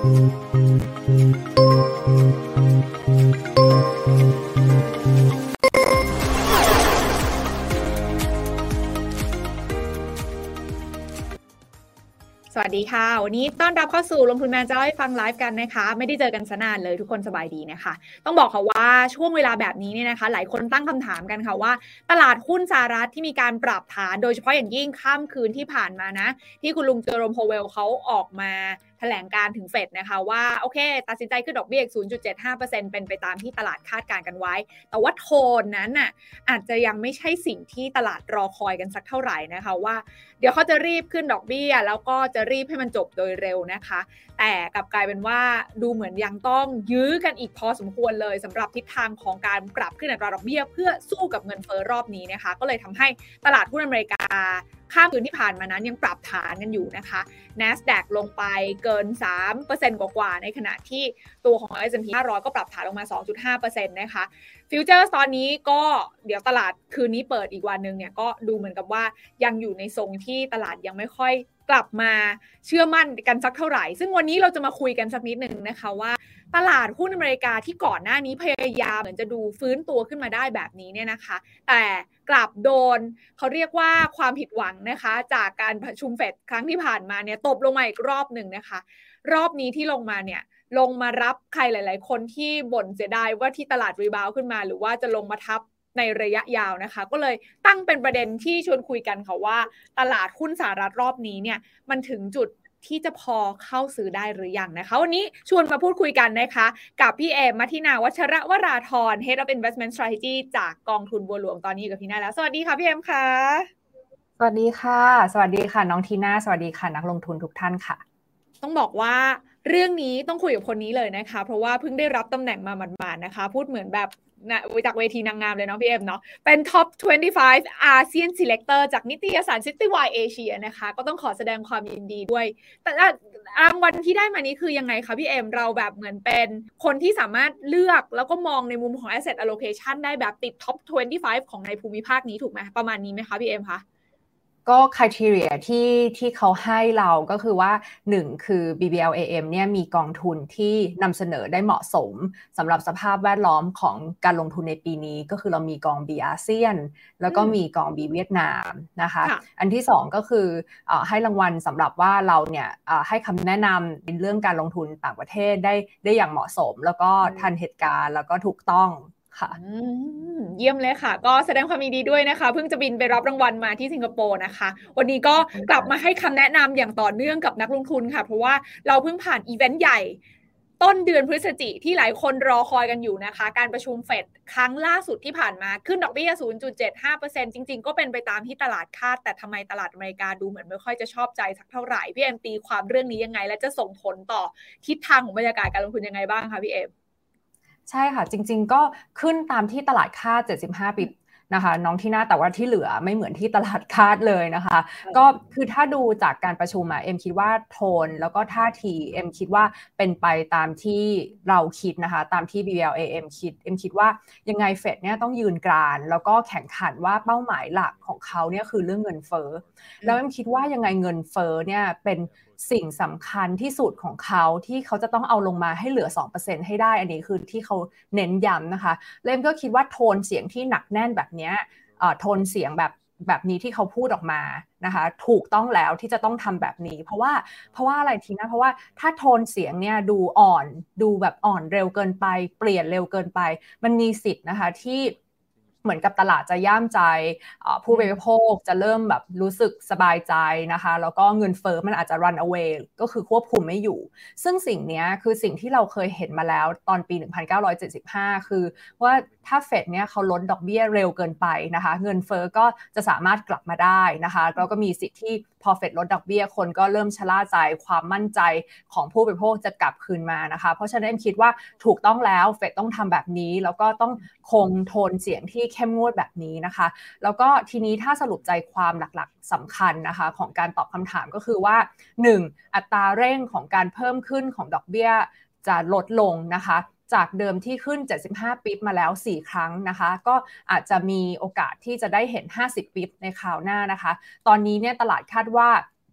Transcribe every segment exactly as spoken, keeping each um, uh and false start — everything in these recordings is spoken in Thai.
สวัสดีค่ะวันนี้ต้อนรับเข้าสู่ลงทุนแมนจะเล่าให้ฟังไลฟ์กันนะคะไม่ได้เจอกันนานเลยทุกคนสบายดีนะคะต้องบอกค่ะว่าช่วงเวลาแบบนี้เนี่ยนะคะหลายคนตั้งคำถามกันค่ะว่าตลาดหุ้นสหรัฐที่มีการปรับฐานโดยเฉพาะอย่างยิ่งข้ามคืนที่ผ่านมานะที่คุณลุงเจอโรมโพเวลเขาออกมาแถลงการถึงเฟดนะคะว่าโอเคตัดสินใจขึ้นดอกเบี้ย ศูนย์จุดเจ็ดห้าเปอร์เซ็นต์ เป็นไปตามที่ตลาดคาดการณ์กันไว้แต่ว่าโทนนั้นน่ะอาจจะยังไม่ใช่สิ่งที่ตลาดรอคอยกันสักเท่าไหร่นะคะว่าเดี๋ยวเขาจะรีบขึ้นดอกเบี้ยแล้วก็จะรีบให้มันจบโดยเร็วนะคะแต่กลับกลายเป็นว่าดูเหมือนยังต้องยื้อกันอีกพอสมควรเลยสำหรับทิศทางของการปรับขึ้นอัตราดอกเบี้ยเพื่อสู้กับเงินเฟ้อรอบนี้นะคะก็เลยทำให้ตลาดหุ้นอเมริกาข้ามคืนที่ผ่านมานั้นยังปรับฐานกันอยู่นะคะ NASDAQ ลงไปเกิน สามเปอร์เซ็นต์ กว่าๆในขณะที่ตัวของ เอส แอนด์ พี ห้าร้อยก็ปรับฐานลงมา สองจุดห้าเปอร์เซ็นต์ นะคะฟิวเจอร์ตอนนี้ก็เดี๋ยวตลาดคืนนี้เปิดอีกวันนึงเนี่ยก็ดูเหมือนกับว่ายังอยู่ในทรงที่ตลาดยังไม่ค่อยกลับมาเชื่อมั่นกันสักเท่าไหร่ซึ่งวันนี้เราจะมาคุยกันสักนิดนึงนะคะว่าตลาดหุ้นอเมริกาที่ก่อนหน้านี้พยายามเหมือนจะดูฟื้นตัวขึ้นมาได้แบบนี้เนี่ยนะคะแต่กลับโดนเขาเรียกว่าความผิดหวังนะคะจากการประชุมเฟดครั้งที่ผ่านมาเนี่ยตบลงมาอีกรอบหนึ่งนะคะรอบนี้ที่ลงมาเนี่ยลงมารับใครหลายๆคนที่บ่นเสียดายว่าที่ตลาดรีบาวด์ขึ้นมาหรือว่าจะลงมาทับในระยะยาวนะคะก็เลยตั้งเป็นประเด็นที่ชวนคุยกันค่ะว่าตลาดหุ้นสหรัฐรอบนี้เนี่ยมันถึงจุดที่จะพอเข้าซื้อได้หรือยังนะคะวันนี้ชวนมาพูดคุยกันนะคะกับพี่เอมมัทินาวัชระวราธร Head of Investment Strategy จากกองทุนบัวหลวงตอนนี้อยู่กับพี่นาแล้วสวัสดีค่ะพี่เอมค่ะสวัสดีค่ะสวัสดีค่ะน้องทีน่าสวัสดีค่ะนักลงทุนทุกท่านค่ะต้องบอกว่าเรื่องนี้ต้องคุยกับคนนี้เลยนะคะเพราะว่าเพิ่งได้รับตำแหน่งมาหมาดๆนะคะพูดเหมือนแบบนะจากเวทีนางงามเลยเนาะพี่เอ็มเนาะเป็น Top ยี่สิบห้า อาเซียน Selector จากนิตยสาร Citywide Asia นะคะก็ต้องขอแสดงความยินดีด้วยแต่รางวัลที่ได้มานี้คือยังไงคะพี่เอ็มเราแบบเหมือนเป็นคนที่สามารถเลือกแล้วก็มองในมุมของ Asset Allocation ได้แบบติด Top ยี่สิบห้า ของในภูมิภาคนี้ถูกไหมประมาณนี้ไหมคะพี่เอ็มคะก็ criteria ที่ที่เขาให้เราก็คือว่าหนึ่งคือ บี บี แอล เอ เอ็ม เนี่ยมีกองทุนที่นำเสนอได้เหมาะสมสำหรับสภาพแวดล้อมของการลงทุนในปีนี้ก็คือเรามีกอง B อาเซียนแล้วก็มีกอง B เวียดนามนะคะอันที่สองก็คือเอ่อให้รางวัลสำหรับว่าเราเนี่ยเอ่อให้คำแนะนำในเรื่องการลงทุนต่างประเทศได้ได้อย่างเหมาะสมแล้วก็ทันเหตุการณ์แล้วก็ถูกต้องค่ะเยี่ยมเลยค่ะก็แสดงความยินดีด้วยนะคะเพิ่งจะบินไปรับรางวัลมาที่สิงคโปร์นะคะวันนี้ก็กลับมาให้คำแนะนำอย่างต่อเนื่องกับนักลงทุนค่ะเพราะว่าเราเพิ่งผ่านอีเวนต์ใหญ่ต้นเดือนพฤศจิกายนที่หลายคนรอคอยกันอยู่นะคะการประชุมเฟดครั้งล่าสุดที่ผ่านมาขึ้นดอกเบี้ย ศูนย์จุดเจ็ดห้าเปอร์เซ็นต์ จริงๆก็เป็นไปตามที่ตลาดคาดแต่ทำไมตลาดอเมริกาดูเหมือนไม่ค่อยจะชอบใจสักเท่าไหร่พี่เอ็มตีความเรื่องนี้ยังไงและจะส่งผลต่อทิศทางของบรรยากาศการลงทุนยังไงบ้างคะพี่เอ็มใช่ค่ะจริงๆก็ขึ้นตามที่ตลาดคาดเจ็ดสิบห้าปิบนะคะน้องที่น่าแต่ว่าที่เหลือไม่เหมือนที่ตลาดคาดเลยนะคะก็คือถ้าดูจากการประชุมอะเอ็มคิดว่าโทนแล้วก็ท่าทีเอ็มคิดว่าเป็นไปตามที่เราคิดนะคะตามที่ บี บี แอล เอ เอ็ม คิดเอ็มคิดว่ายังไงเฟดเนี่ยต้องยืนกรานแล้วก็แข่งขันว่าเป้าหมายหลักของเขาเนี่ยคือเรื่องเงินเฟ้อแล้วเอ็มคิดว่ายังไงเงินเฟ้อเนี่ยเป็นสิ่งสำคัญที่สุดของเขาที่เขาจะต้องเอาลงมาให้เหลือ สองเปอร์เซ็นต์ ให้ได้อันนี้คือที่เขาเน้นย้ำนะคะเล่มก็คิดว่าโทนเสียงที่หนักแน่นแบบนี้โทนเสียงแบบแบบนี้ที่เขาพูดออกมานะคะถูกต้องแล้วที่จะต้องทำแบบนี้เพราะว่าเพราะว่าอะไรทีนะเพราะว่าถ้าโทนเสียงเนี่ยดูอ่อนดูแบบอ่อนเร็วเกินไปเปลี่ยนเร็วเกินไปมันมีสิทธิ์นะคะที่เหมือนกับตลาดจะย่ามใจผู้บริโภคจะเริ่มแบบรู้สึกสบายใจนะคะแล้วก็เงินเฟ้อมันอาจจะ run away ก็คือควบคุมไม่อยู่ซึ่งสิ่งนี้คือสิ่งที่เราเคยเห็นมาแล้วตอนปีหนึ่งพันเก้าร้อยเจ็ดสิบห้าคือว่าถ้าเฟดเนี่ยเขาลดดอกเบี้ยเร็วเกินไปนะคะเงินเฟ้อก็จะสามารถกลับมาได้นะคะแล้วก็มีสิทธิ์ที่พอเฟดลดดอกเบี้ยคนก็เริ่มชะล่าใจความมั่นใจของผู้บริโภคจะกลับคืนมานะคะเพราะฉะนั้นคิดว่าถูกต้องแล้วเฟดต้องทำแบบนี้แล้วก็ต้องคงโทนเสียงที่เข้มงวดแบบนี้นะคะแล้วก็ทีนี้ถ้าสรุปใจความหลักๆสำคัญนะคะของการตอบคำถามก็คือว่าหนึ่งอัตราเร่งของการเพิ่มขึ้นของดอกเบี้ยจะลดลงนะคะจากเดิมที่ขึ้นเจ็ดสิบห้าปิบมาแล้วสี่ครั้งนะคะก็อาจจะมีโอกาสที่จะได้เห็นห้าสิบปิบในคราวหน้านะคะตอนนี้เนี่ยตลาดคาดว่า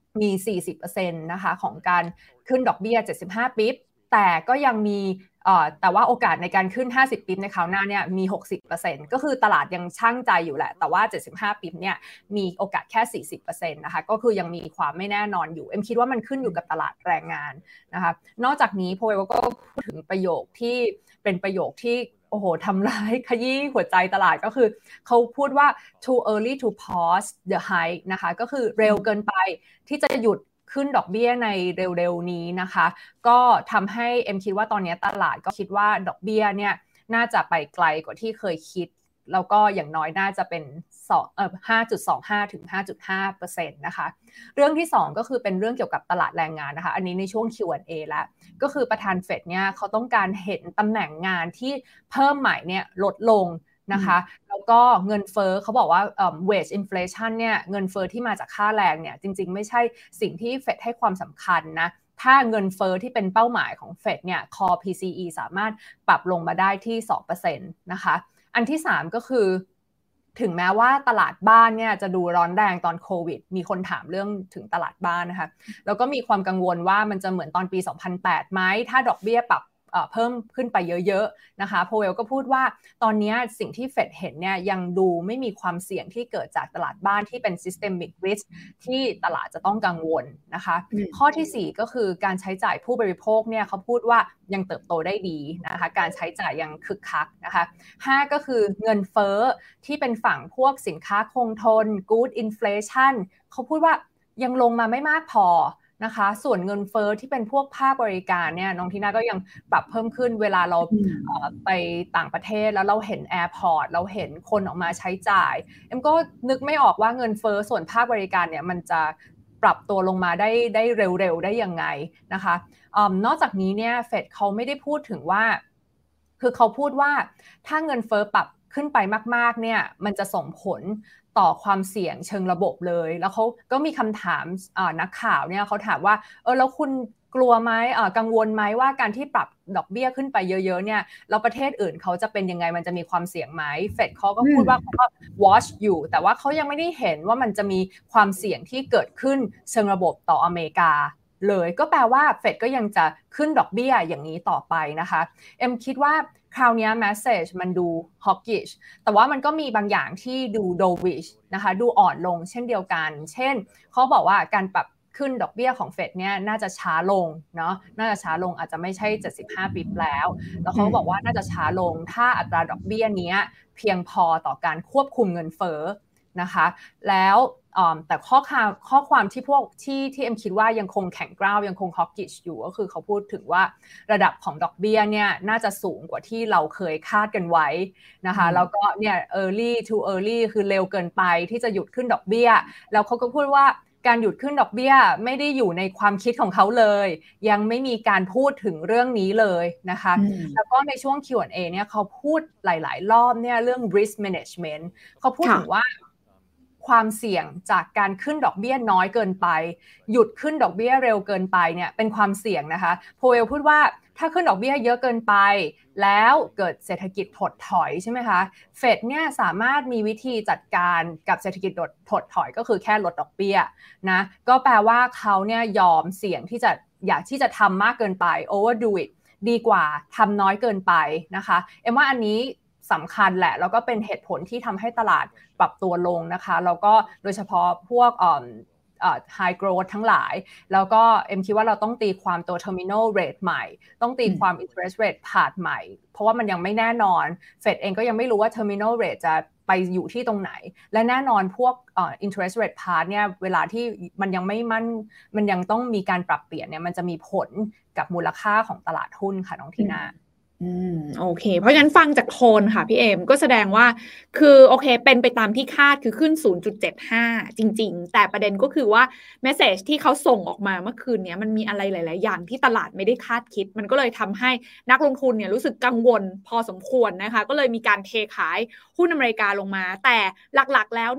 มี สี่สิบเปอร์เซ็นต์ นะคะของการขึ้นดอกเบี้ยเจ็ดสิบห้าปิ๊บแต่ก็ยังมีเอ่อแต่ว่าโอกาสในการขึ้นห้าสิบปิ๊บในคราวหน้าเนี่ยมี หกสิบเปอร์เซ็นต์ ก็คือตลาดยังชั่งใจอยู่แหละแต่ว่าเจ็ดสิบห้าปิ๊บเนี่ยมีโอกาสแค่ สี่สิบเปอร์เซ็นต์ นะคะก็คือยังมีความไม่แน่นอนอยู่เอ็มคิดว่ามันขึ้นอยู่กับตลาดแรงงานนะคะนอกจากนี้โพเอลก็พูดถึงประโยคที่เป็นประโยคที่โอ้โหทำร้ายขยี้หัวใจตลาดก็คือเขาพูดว่า too early to pause the hike นะคะก็คือเร็วเกินไปที่จะหยุดขึ้นดอกเบี้ยในเร็วๆนี้นะคะก็ทำให้เอ็มคิดว่าตอนนี้ตลาดก็คิดว่าดอกเบี้ยเนี่ยน่าจะไปไกลกว่าที่เคยคิดแล้วก็อย่างน้อยน่าจะเป็นเอ่อ ห้าจุดสองห้า ถึง ห้าจุดห้าเปอร์เซ็นต์ นะคะเรื่องที่สองก็คือเป็นเรื่องเกี่ยวกับตลาดแรงงานนะคะอันนี้ในช่วง คิว แอนด์ เอ แล้วก็คือประธานเฟดเนี่ยเขาต้องการเห็นตำแหน่งงานที่เพิ่มใหม่เนี่ยลดลงนะคะแล้วก็เงินเฟ้อเขาบอกว่า wage inflation เนี่ยเงินเฟ้อที่มาจากค่าแรงเนี่ยจริงๆไม่ใช่สิ่งที่เฟดให้ความสำคัญนะถ้าเงินเฟ้อที่เป็นเป้าหมายของเฟดเนี่ย Core พี ซี อี สามารถปรับลงมาได้ที่ สองเปอร์เซ็นต์ นะคะอันที่สามก็คือถึงแม้ว่าตลาดบ้านเนี่ยจะดูร้อนแรงตอนโควิดมีคนถามเรื่องถึงตลาดบ้านนะคะแล้วก็มีความกังวลว่ามันจะเหมือนตอนปีสองพันแปดไหมถ้าดอกเบี้ยปรับเพิ่มขึ้นไปเยอะๆนะคะโพเวลก็พูดว่าตอนนี้สิ่งที่เฟดเห็นเนี่ยยังดูไม่มีความเสี่ยงที่เกิดจากตลาดบ้านที่เป็น systemic risk ที่ตลาดจะต้องกังวลนะคะข้อที่สี่ก็คือการใช้จ่ายผู้บริโภคเนี่ยเขาพูดว่ายังเติบโตได้ดีนะคะการใช้จ่ายยังคึกคักนะคะห้าก็คือเงินเฟ้อที่เป็นฝั่งพวกสินค้าคงทน good inflation เขาพูดว่ายังลงมาไม่มากพอนะคะส่วนเงินเฟ้อที่เป็นพวกภาคบริการเนี่ยน้องทีน่าก็ยังปรับเพิ่มขึ้นเวลาเราไปต่างประเทศแล้วเราเห็นแอร์พอร์ตเราเห็นคนออกมาใช้จ่ายเอ็มก็นึกไม่ออกว่าเงินเฟ้อส่วนภาคบริการเนี่ยมันจะปรับตัวลงมาได้ได้เร็วๆได้ยังไงนะคะอ่านอกจากนี้เนี่ยเฟดเขาไม่ได้พูดถึงว่าคือเขาพูดว่าถ้าเงินเฟ้อปรับขึ้นไปมากๆเนี่ยมันจะส่งผลต่อความเสี่ยงเชิงระบบเลยแล้วเขาก็มีคำถามนักข่าวเนี่ยเขาถามว่าเออแล้วคุณกลัวไหมกังวลไหมว่าการที่ปรับดอกเบี้ยขึ้นไปเยอะๆเนี่ยแล้วประเทศอื่นเขาจะเป็นยังไงมันจะมีความเสี่ยงไหมเฟดเขาก็พูดว่าเขาก็ watch อยู่แต่ว่าเขายังไม่ได้เห็นว่ามันจะมีความเสี่ยงที่เกิดขึ้นเชิงระบบต่ออเมริกาเลยก็แปลว่าเฟดก็ยังจะขึ้นดอกเบี้ยอย่างนี้ต่อไปนะคะเอ็มคิดว่าคราวนี้ message มันดู hawkish แต่ว่ามันก็มีบางอย่างที่ดู dovish นะคะดูอ่อนลงเช่นเดียวกันเช่นเขาบอกว่าการปรับขึ้นดอกเบี้ยของเฟดเนี่ยน่าจะช้าลงเนาะน่าจะช้าลงอาจจะไม่ใช่เจ็ดสิบห้าปิ๊บแล้วแล้วเขาบอกว่าน่าจะช้าลงถ้าอัตราดอกเบี้ยนี้เพียงพอต่อการควบคุมเงินเฟ้อนะคะแล้วแต่ข้อความข้อความที่พวกที่ที่เอ็มคิดว่ายังคงแข็งกร้าวยังคง hawkish อยู่ก็คือเขาพูดถึงว่าระดับของดอกเบี้ยเนี่ยน่าจะสูงกว่าที่เราเคยคาดกันไว้นะคะแล้วก็เนี่ย early too early คือเร็วเกินไปที่จะหยุดขึ้นดอกเบี้ยแล้วเขาก็พูดว่าการหยุดขึ้นดอกเบี้ยไม่ได้อยู่ในความคิดของเขาเลยยังไม่มีการพูดถึงเรื่องนี้เลยนะคะแล้วก็ในช่วง คิว แอนด์ เอ เนี่ยเขาพูดหลายๆรอบเนี่ยเรื่อง risk management เขาพูดถึงว่าความเสี่ยงจากการขึ้นดอกเบี้ยน้อยเกินไปหยุดขึ้นดอกเบี้ยเร็วเกินไปเนี่ยเป็นความเสี่ยงนะคะโพเอลพูดว่าถ้าขึ้นดอกเบี้ยเยอะเกินไปแล้วเกิดเศรษฐกิจถดถอยใช่ไหมคะเฟดเนี่ยสามารถมีวิธีจัดการกับเศรษฐกิจถดถอยก็คือแค่ลดดอกเบี้ยนะก็แปลว่าเขาเนี่ยยอมเสี่ยงที่จะอยากที่จะทำมากเกินไป overdo it ดีกว่าทำน้อยเกินไปนะคะเอ็มว่าอันนี้สำคัญแหละแล้วก็เป็นเหตุผลที่ทำให้ตลาดปรับตัวลงนะคะแล้วก็โดยเฉพาะพวกเอ่อเอ่อ high growth ทั้งหลายแล้วก็เอ็มคิดว่าเราต้องตีความตัว terminal rate ใหม่ต้องตีความ interest rate path ใหม่เพราะว่ามันยังไม่แน่นอนเฟดเองก็ยังไม่รู้ว่า terminal rate จะไปอยู่ที่ตรงไหนและแน่นอนพวกเอ่อ interest rate path เนี่ยเวลาที่มันยังไม่มั่นมันยังต้องมีการปรับเปลี่ยนเนี่ยมันจะมีผลกับมูลค่าของตลาดหุ้นค่ะน้องทีน่าอืมโอเคเพราะฉะนั้นฟังจากโทนค่ะพี่เอมก็แสดงว่าคือโอเคเป็นไปตามที่คาดคือขึ้น ศูนย์จุดเจ็ดห้า จริงๆแต่ประเด็นก็คือว่าเมสเสจที่เขาส่งออกมาเมื่อคืนนี้มันมีอะไรหลายๆอย่างที่ตลาดไม่ได้คาดคิดมันก็เลยทำให้นักลงทุนเนี่ยรู้สึกกังวลพอสมควรนะคะก็เลยมีการเทขายหุ้นอเมริกาลงมาแต่หลักๆแล้วเนี่ย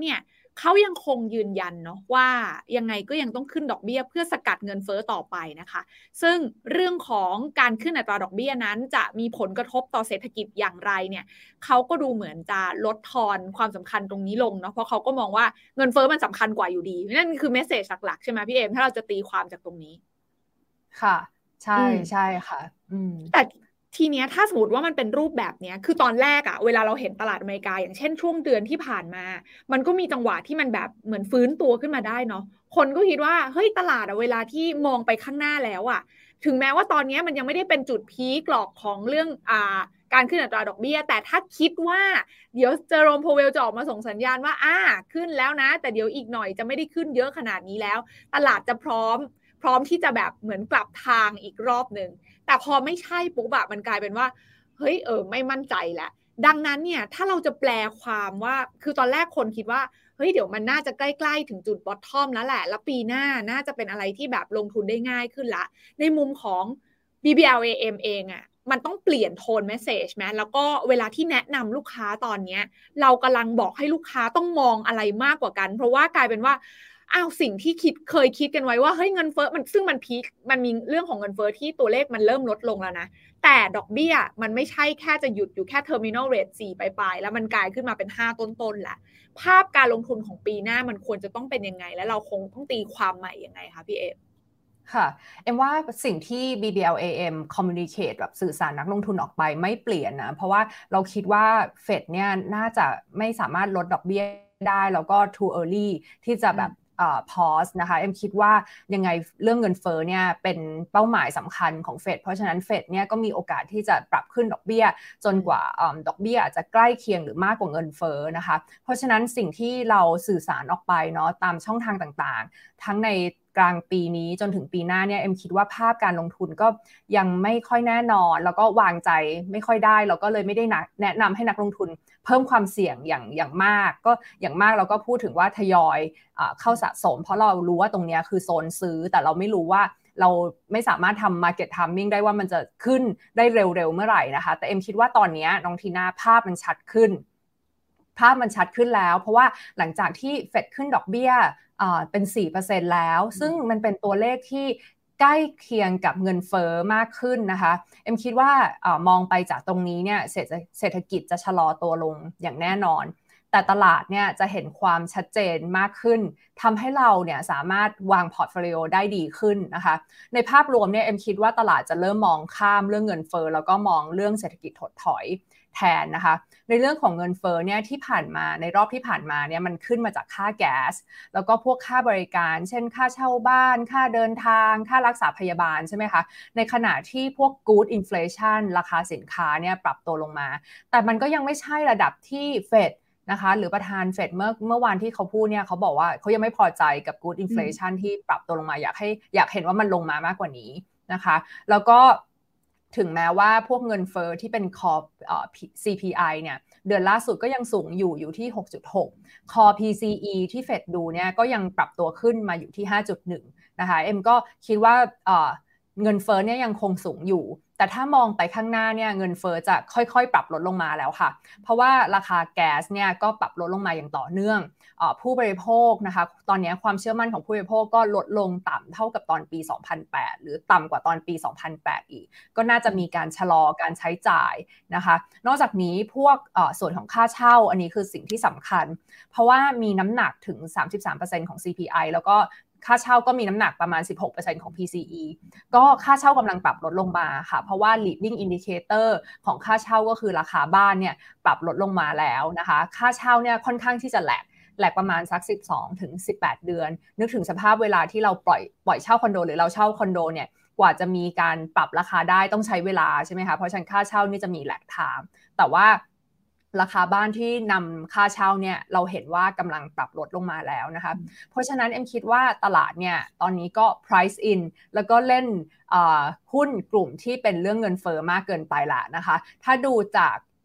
เขายังคงยืนยันเนาะว่ายังไงก็ยังต้องขึ้นดอกเบี้ยเพื่อสกัดเงินเฟ้อต่อไปนะคะซึ่งเรื่องของการขึ้นอัตราดอกเบี้ยนั้นจะมีผลกระทบต่อเศรษฐกิจอย่างไรเนี่ยเขาก็ดูเหมือนจะลดทอนความสำคัญตรงนี้ลงเนาะเพราะเขาก็มองว่าเงินเฟ้อมันสำคัญกว่าอยู่ดีนั่นคือเมสเสจหลักๆใช่ไหมพี่เอมถ้าเราจะตีความจากตรงนี้ค่ะใช่ใช่ค่ะอืมแต่ทีเนี้ยถ้าสมมติว่ามันเป็นรูปแบบเนี้ยคือตอนแรกอะเวลาเราเห็นตลาดอเมริกาอย่างเช่นช่วงเดือนที่ผ่านมามันก็มีจังหวะที่มันแบบเหมือนฟื้นตัวขึ้นมาได้เนาะคนก็คิดว่าเฮ้ยตลาดอะเวลาที่มองไปข้างหน้าแล้วอะถึงแม้ว่าตอนนี้มันยังไม่ได้เป็นจุดพีคหรอกของเรื่องอ่าการขึ้นอัตราดอกเบี้ยแต่ถ้าคิดว่าเดี๋ยวเจอโรมโพเวลจะออกมาส่งสัญญาณว่าอ่าขึ้นแล้วนะแต่เดี๋ยวอีกหน่อยจะไม่ได้ขึ้นเยอะขนาดนี้แล้วตลาดจะพร้อมพร้อมที่จะแบบเหมือนกลับทางอีกรอบนึงแต่พอไม่ใช่ปุ๊บอะมันกลายเป็นว่าเฮ้ยเออไม่มั่นใจแหละดังนั้นเนี่ยถ้าเราจะแปลความว่าคือตอนแรกคนคิดว่าเฮ้ยเดี๋ยวมันน่าจะใกล้ๆถึงจุดบอททอมแล้วแหละแล้วปีหน้าน่าจะเป็นอะไรที่แบบลงทุนได้ง่ายขึ้นละในมุมของ บี บี แอล เอ เอ็ม เองอะมันต้องเปลี่ยนโทนเมสเซจไหมแล้วก็เวลาที่แนะนำลูกค้าตอนนี้เรากำลังบอกให้ลูกค้าต้องมองอะไรมากกว่ากันเพราะว่ากลายเป็นว่าอ้าวสิ่งที่คิดเคยคิดกันไว้ว่าเฮ้ยเงินเฟ้อมันซึ่งมันพีคมันมีเรื่องของเงินเฟ้อที่ตัวเลขมันเริ่มลดลงแล้วนะแต่ดอกเบี้ยมันไม่ใช่แค่จะหยุดอยู่แค่ terminal rate สี่ปลายๆแล้วมันกลายขึ้นมาเป็นห้าต้นๆแหละภาพการลงทุนของปีหน้ามันควรจะต้องเป็นยังไงและเราคงต้องตีความใหม่ยังไงคะพี่เอฟค่ะเอ็มว่าสิ่งที่ บี บี แอล เอ เอ็ม communicate แบบสื่อสารนักลงทุนออกไปไม่เปลี่ยนนะเพราะว่าเราคิดว่าเฟดเนี่ยน่าจะไม่สามารถลดดอกเบี้ยได้แล้วก็ too early ที่จะแบบพอสนะคะเอ็มคิดว่ายังไงเรื่องเงินเฟ้อเนี่ยเป็นเป้าหมายสำคัญของเฟดเพราะฉะนั้นเฟดเนี่ยก็มีโอกาสที่จะปรับขึ้นดอกเบี้ยจนกว่าดอกเบี้ยอาจจะใกล้เคียงหรือมากกว่าเงินเฟ้อนะคะเพราะฉะนั้นสิ่งที่เราสื่อสารออกไปเนาะตามช่องทางต่างๆทั้งในกลางปีนี้จนถึงปีหน้าเนี่ยเอ็มคิดว่าภาพการลงทุนก็ยังไม่ค่อยแน่นอนแล้วก็วางใจไม่ค่อยได้แล้วก็เลยไม่ได้แนะนำให้นักลงทุนเพิ่มความเสี่ยงอย่างอย่างมากก็อย่างมากเราก็พูดถึงว่าทยอยเข้าสะสมเพราะเรารู้ว่าตรงนี้คือโซนซื้อแต่เราไม่รู้ว่าเราไม่สามารถทำ market timing ได้ว่ามันจะขึ้นได้เร็วๆเมื่อไหร่นะคะแต่เอ็มคิดว่าตอนนี้น้องทีน่าภาพมันชัดขึ้นภาพมันชัดขึ้นแล้วเพราะว่าหลังจากที่เฟดขึ้นดอกเบี้ยเป็น สี่เปอร์เซ็นต์ แล้วซึ่งมันเป็นตัวเลขที่ใกล้เคียงกับเงินเฟ้อมากขึ้นนะคะเอ็มคิดว่าเอ่อมองไปจากตรงนี้เนี่ยเศรษฐกิจจะชะลอตัวลงอย่างแน่นอนแต่ตลาดเนี่ยจะเห็นความชัดเจนมากขึ้นทำให้เราเนี่ยสามารถวางพอร์ตโฟลิโอได้ดีขึ้นนะคะในภาพรวมเนี่ยเอ็มคิดว่าตลาดจะเริ่มมองข้ามเรื่องเงินเฟ้อแล้วก็มองเรื่องเศรษฐกิจถดถอยแทนนะคะในเรื่องของเงินเฟ้อเนี่ยที่ผ่านมาในรอบที่ผ่านมาเนี่ยมันขึ้นมาจากค่าแก๊สแล้วก็พวกค่าบริการเช่นค่าเช่าบ้านค่าเดินทางค่ารักษาพยาบาลใช่ไหมคะในขณะที่พวก good inflation ราคาสินค้าเนี่ยปรับตัวลงมาแต่มันก็ยังไม่ใช่ระดับที่เฟดนะคะหรือประธานเฟดเมื่อเมื่อวานที่เขาพูดเนี่ยเขาบอกว่าเขายังไม่พอใจกับ good inflation ที่ปรับตัวลงมาอยากให้อยากเห็นว่ามันลงมามากกว่านี้นะคะแล้วก็ถึงแม้ว่าพวกเงินเฟ้อที่เป็น core เอ่อ ซี พี ไอ เนี่ยเดือนล่าสุดก็ยังสูงอยู่อยู่ที่ หกจุดหก core พี ซี อี ที่เฟดดูเนี่ยก็ยังปรับตัวขึ้นมาอยู่ที่ ห้าจุดหนึ่ง นะคะเอ็มก็คิดว่าเอ่อเงินเฟ้อเนี่ยยังคงสูงอยู่แต่ถ้ามองไปข้างหน้าเนี่ยเงินเฟ้อจะค่อยๆปรับลดลงมาแล้วค่ะเพราะว่าราคาแก๊สเนี่ยก็ปรับลดลงมาอย่างต่อเนื่องผู้บริโภคนะคะตอนนี้ความเชื่อมั่นของผู้บริโภคก็ลดลงต่ำเท่ากับตอนปีสองพันแปดหรือต่ำกว่าตอนปีสองพันแปดอีกก็น่าจะมีการชะลอการใช้จ่ายนะคะนอกจากนี้พวกส่วนของค่าเช่าอันนี้คือสิ่งที่สำคัญเพราะว่ามีน้ำหนักถึง สามสิบสามเปอร์เซ็นต์ ของ ซี พี ไอ แล้วก็ค่าเช่าก็มีน้ำหนักประมาณ สิบหกเปอร์เซ็นต์ ของ พี ซี อี ก็ค่าเช่ากำลังปรับลดลงมาค่ะเพราะว่า leading indicator ของค่าเช่าก็คือราคาบ้านเนี่ยปรับลดลงมาแล้วนะคะค่าเช่าเนี่ยค่อนข้างที่จะแหลกแหลกประมาณสักสิบสองถึงสิบแปดเดือนนึกถึงสภาพเวลาที่เราปล่อยปล่อยเช่าคอนโดหรือเราเช่าคอนโดเนี่ยกว่าจะมีการปรับราคาได้ต้องใช้เวลาใช่ไหมคะเพราะฉะนั้นค่าเช่านี่จะมีแหลกไทม์แต่ว่าราคาบ้านที่นำค่าเช่าเนี่ยเราเห็นว่ากำลังปรับลดลงมาแล้วนะคะเพราะฉะนั้นเอ็มคิดว่าตลาดเนี่ยตอนนี้ก็ price in แล้วก็เล่นหุ้นกลุ่มที่เป็นเรื่องเงินเฟ้อมากเกินไปละนะคะถ้าดูจาก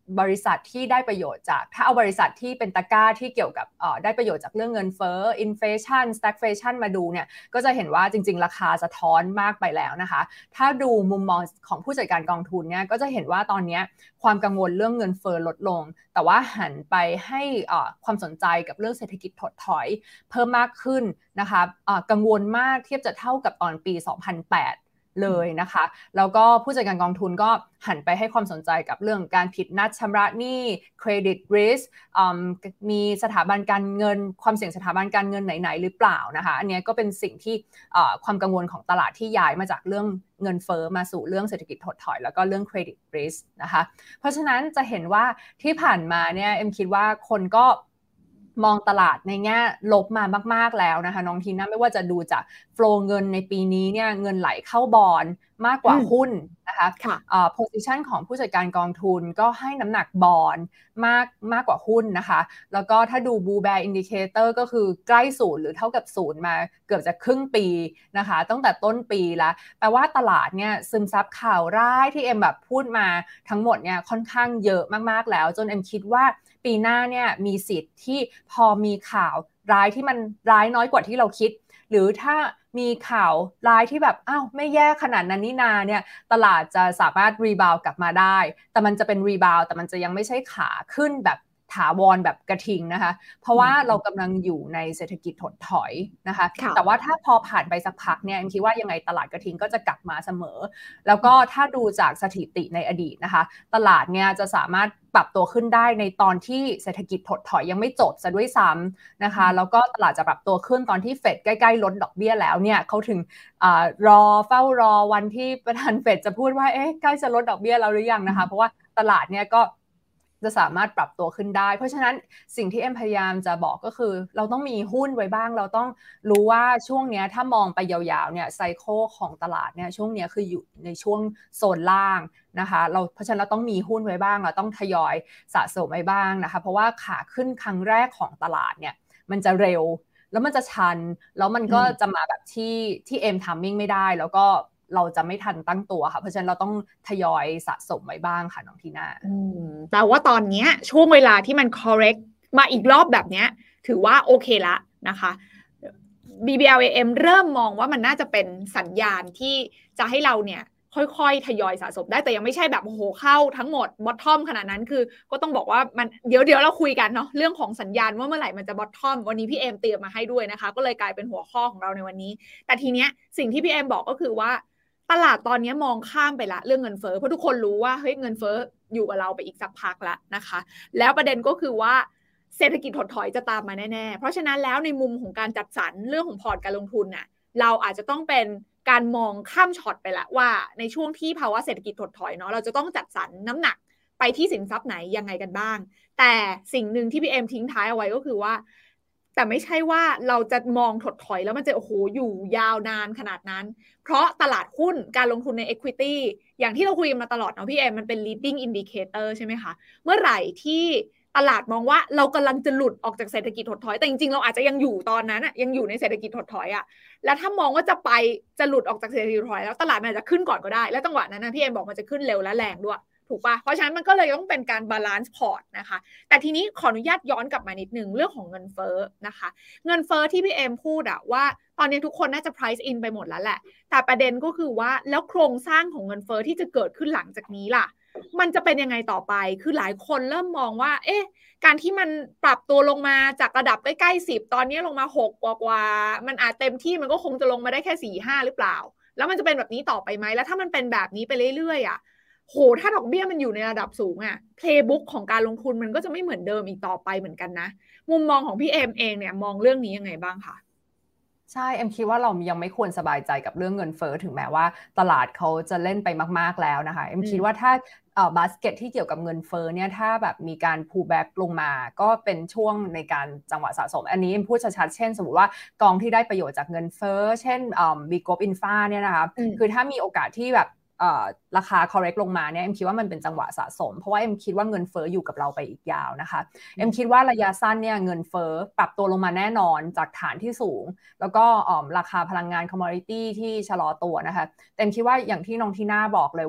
บริษัทที่ได้ประโยชน์จากถ้าเอาบริษัทที่เป็นตะกร้าที่เกี่ยวกับเอ่อได้ประโยชน์จากเรื่องเงินเฟ้อ inflation stagflation มาดูเนี่ยก็จะเห็นว่าจริงๆราคาสะท้อนมากไปแล้วนะคะถ้าดูมุมมองของผู้จัดการกองทุนเนี่ยก็จะเห็นว่าตอนนี้ความกังวลเรื่องเงินเฟ้อลดลงแต่ว่าหันไปให้ความสนใจกับเรื่องเศรษฐกิจถดถอยเพิ่มมากขึ้นนะคะกังวลมากเทียบจะเท่ากับตอนปีสองพันแปดเลยนะคะแล้วก็ผู้จัดการกองทุนก็หันไปให้ความสนใจกับเรื่องการผิดนัดชำระหนี้ credit risk มีสถาบันการเงินความเสี่ยงสถาบันการเงินไหนๆหรือเปล่านะคะอันนี้ก็เป็นสิ่งที่ความกังวลของตลาดที่ย้ายมาจากเรื่องเงินเฟ้อมาสู่เรื่องเศรษฐกิจถดถอยแล้วก็เรื่อง credit risk นะคะเพราะฉะนั้นจะเห็นว่าที่ผ่านมาเนี่ยเอ็มคิดว่าคนก็มองตลาดในแง่ลบมามากๆแล้วนะคะน้องทีน่าไม่ว่าจะดูจากโฟลว์เงินในปีนี้เนี่ยเงินไหลเข้าบอนด์มากกว่าหุ้นนะคะอ่า position ของผู้จัดการกองทุนก็ให้น้ำหนักบอนด์มากมากกว่าหุ้นนะคะแล้วก็ถ้าดู Bull Bear Indicator ก็คือใกล้ศูนย์หรือเท่ากับศูนย์มาเกือบจะครึ่งปีนะคะตั้งแต่ต้นปีแล้วแปลว่าตลาดเนี่ยซึมซับข่าวร้ายที่เอ็มแบบพูดมาทั้งหมดเนี่ยค่อนข้างเยอะมากๆแล้วจนเอ็มคิดว่าปีหน้าเนี่ยมีสิทธิ์ที่พอมีข่าวร้ายที่มันร้ายน้อยกว่าที่เราคิดหรือถ้ามีข่าวร้ายที่แบบอ้าวไม่แย่ขนาดนั้นนี่นาเนี่ยตลาดจะสามารถรีบาวกลับมาได้แต่มันจะเป็นรีบาวแต่มันจะยังไม่ใช่ขาขึ้นแบบถาวรแบบกระทิงนะคะเพราะว่าเรากำลังอยู่ในเศรษฐกิจถดถอยนะคะแต่ว่าถ้าพอผ่านไปสักพักเนี่ยคิดว่ายังไงตลาดกระทิงก็จะกลับมาเสมอแล้วก็ถ้าดูจากสถิติในอดีตนะคะตลาดเนี่ยจะสามารถปรับตัวขึ้นได้ในตอนที่เศรษฐกิจถดถอยยังไม่จบซะด้วยซ้ำนะคะแล้วก็ตลาดจะปรับตัวขึ้นตอนที่เฟดใกล้ๆลดดอกเบี้ยแล้วเนี่ยเขาถึงอ่ารอเฝ้ารอวันที่ประธานเฟดจะพูดว่าเอ๊ะใกล้จะลดดอกเบี้ยแล้วหรือยังนะคะเพราะว่าตลาดเนี่ยก็จะสามารถปรับตัวขึ้นได้เพราะฉะนั้นสิ่งที่เอ็มพยายามจะบอกก็คือเราต้องมีหุ้นไว้บ้างเราต้องรู้ว่าช่วงนี้ถ้ามองไปยาวๆเนี่ยไซเคิลของตลาดเนี่ยช่วงนี้คืออยู่ในช่วงโซนล่างนะคะเราเพราะฉะนั้นเราต้องมีหุ้นไว้บ้างเราต้องทยอยสะสมไว้บ้างนะคะเพราะว่าขาขึ้นครั้งแรกของตลาดเนี่ยมันจะเร็วแล้วมันจะชันแล้วมันก็จะมาแบบที่ที่เอ็มทัมมิ่งไม่ได้แล้วก็เราจะไม่ทันตั้งตัวค่ะเพราะฉะนั้นเราต้องทยอยสะสมไว้บ้างค่ะน้องทีน่าแต่ว่าตอนนี้ช่วงเวลาที่มัน correct มาอีกรอบแบบนี้ถือว่าโอเคละนะคะ บี บี แอล เอ เอ็ม เริ่มมองว่ามันน่าจะเป็นสัญญาณที่จะให้เราเนี่ยค่อยๆทยอยสะสมได้แต่ยังไม่ใช่แบบโอ้โหเข้าทั้งหมด bottom ขนาดนั้นคือก็ต้องบอกว่ามันเดี๋ยวเดี๋ยวเราคุยกันเนาะเรื่องของสัญญาณว่าเมื่อไหร่มันจะ bottom วันนี้พี่เอ็มเตรียมมาให้ด้วยนะคะก็เลยกลายเป็นหัวข้อของเราในวันนี้แต่ทีเนี้ยสิ่งที่พี่เอ็มบอกก็คือว่าตลาดตอนนี้มองข้ามไปละเรื่องเงินเฟ้อเพราะทุกคนรู้ว่าเฮ้ยเงินเฟ้ออยู่กับเราไปอีกสักพักละนะคะแล้วประเด็นก็คือว่าเศรษฐกิจถดถอยจะตามมาแน่ๆเพราะฉะนั้นแล้วในมุมของการจัดสรรเรื่องของพอร์ตการลงทุนน่ะเราอาจจะต้องเป็นการมองข้ามช็อตไปละว่าในช่วงที่ภาวะเศรษฐกิจถดถอยเนาะเราจะต้องจัดสรรน้ำหนักไปที่สินทรัพย์ไหนยังไงกันบ้างแต่สิ่งหนึ่งที่พี่เอ็มทิ้งท้ายเอาไว้ก็คือว่าแต่ไม่ใช่ว่าเราจะมองถดถอยแล้วมันจะโอ้โหอยู่ยาวนานขนาดนั้นเพราะตลาดหุ้นการลงทุนใน equity อย่างที่เราคุยกันมาตลอดเนาะพี่เอ็มมันเป็น leading indicator ใช่ไหมคะเมื่อไหร่ที่ตลาดมองว่าเรากำลังจะหลุดออกจากเศรษฐกิจถดถอยแต่จริงๆเราอาจจะยังอยู่ตอนนั้นอะยังอยู่ในเศรษฐกิจถดถอยอะแล้วถ้ามองว่าจะไปจะหลุดออกจากเศรษฐกิจถดถอยแล้วตลาดมันอาจจะขึ้นก่อนก็ได้แล้วจังหวะนั้นนะพี่เอ็มบอกมันจะขึ้นเร็วและแรงด้วยถูกปะเพราะฉะนั้นมันก็เลยต้องเป็นการบาลานซ์พอร์ตนะคะแต่ทีนี้ขออนุญาตย้อนกลับมานิดนึงเรื่องของเงินเฟ้อนะคะเงินเฟ้อที่พี่เอ็มพูดอะว่าตอนนี้ทุกคนน่าจะ price in ไปหมดแล้วแหละแต่ประเด็นก็คือว่าแล้วโครงสร้างของเงินเฟ้อที่จะเกิดขึ้นหลังจากนี้ล่ะมันจะเป็นยังไงต่อไปคือหลายคนเริ่มมองว่าเอ๊ะการที่มันปรับตัวลงมาจากระดับใกล้ๆสิบตอนนี้ลงมาหกกว่าๆมันอาจเต็มที่มันก็คงจะลงมาได้แค่สี่ ห้าหรือเปล่าแล้วมันจะเป็นแบบนี้ต่อไปไหมแล้วถ้ามันเป็นแบบนี้ไปเรื่อยๆอ่ะโหถ้าดอกเบี้ยมันอยู่ในระดับสูงอ่ะ playbook ของการลงทุนมันก็จะไม่เหมือนเดิมอีกต่อไปเหมือนกันนะมุมมองของพี่เอ็มเองเนี่ยมองเรื่องนี้ยังไงบ้างคะใช่เอ็มคิดว่าเรายังไม่ควรสบายใจกับเรื่องเงินเฟ้อถึงแม้ว่าตลาดเขาจะเล่นไปมากๆแล้วนะคะเอ็มคิดว่าถ้าเอ่อบาสเกตที่เกี่ยวกับเงินเฟ้อเนี่ยถ้าแบบมีการ pull back ลงมาก็เป็นช่วงในการจังหวะสะสมอันนี้เอ็มพูดชัดๆเช่นสมมติว่ากองที่ได้ประโยชน์จากเงินเฟ้อเช่นเอ่อ Big Group Infra เนี่ยนะคะคือถ้ามีโอกาสที่แบบราคา correct ลงมาเนี่ยเอ็มคิดว่ามันเป็นจังหวะสะสมเพราะว่าเอ็มคิดว่าเงินเฟ้ออยู่กับเราไปอีกยาวนะคะเอ็มคิดว่าระยะสั้นเนี่ยเงินเฟ้อปรับตัวลงมาแน่นอนจากฐานที่สูงแล้วก็ราคาพลังงาน commodity ที่ชะลอตัวนะคะแต่เอ็มคิดว่าอย่างที่น้องทีน่าบอกเลยว่า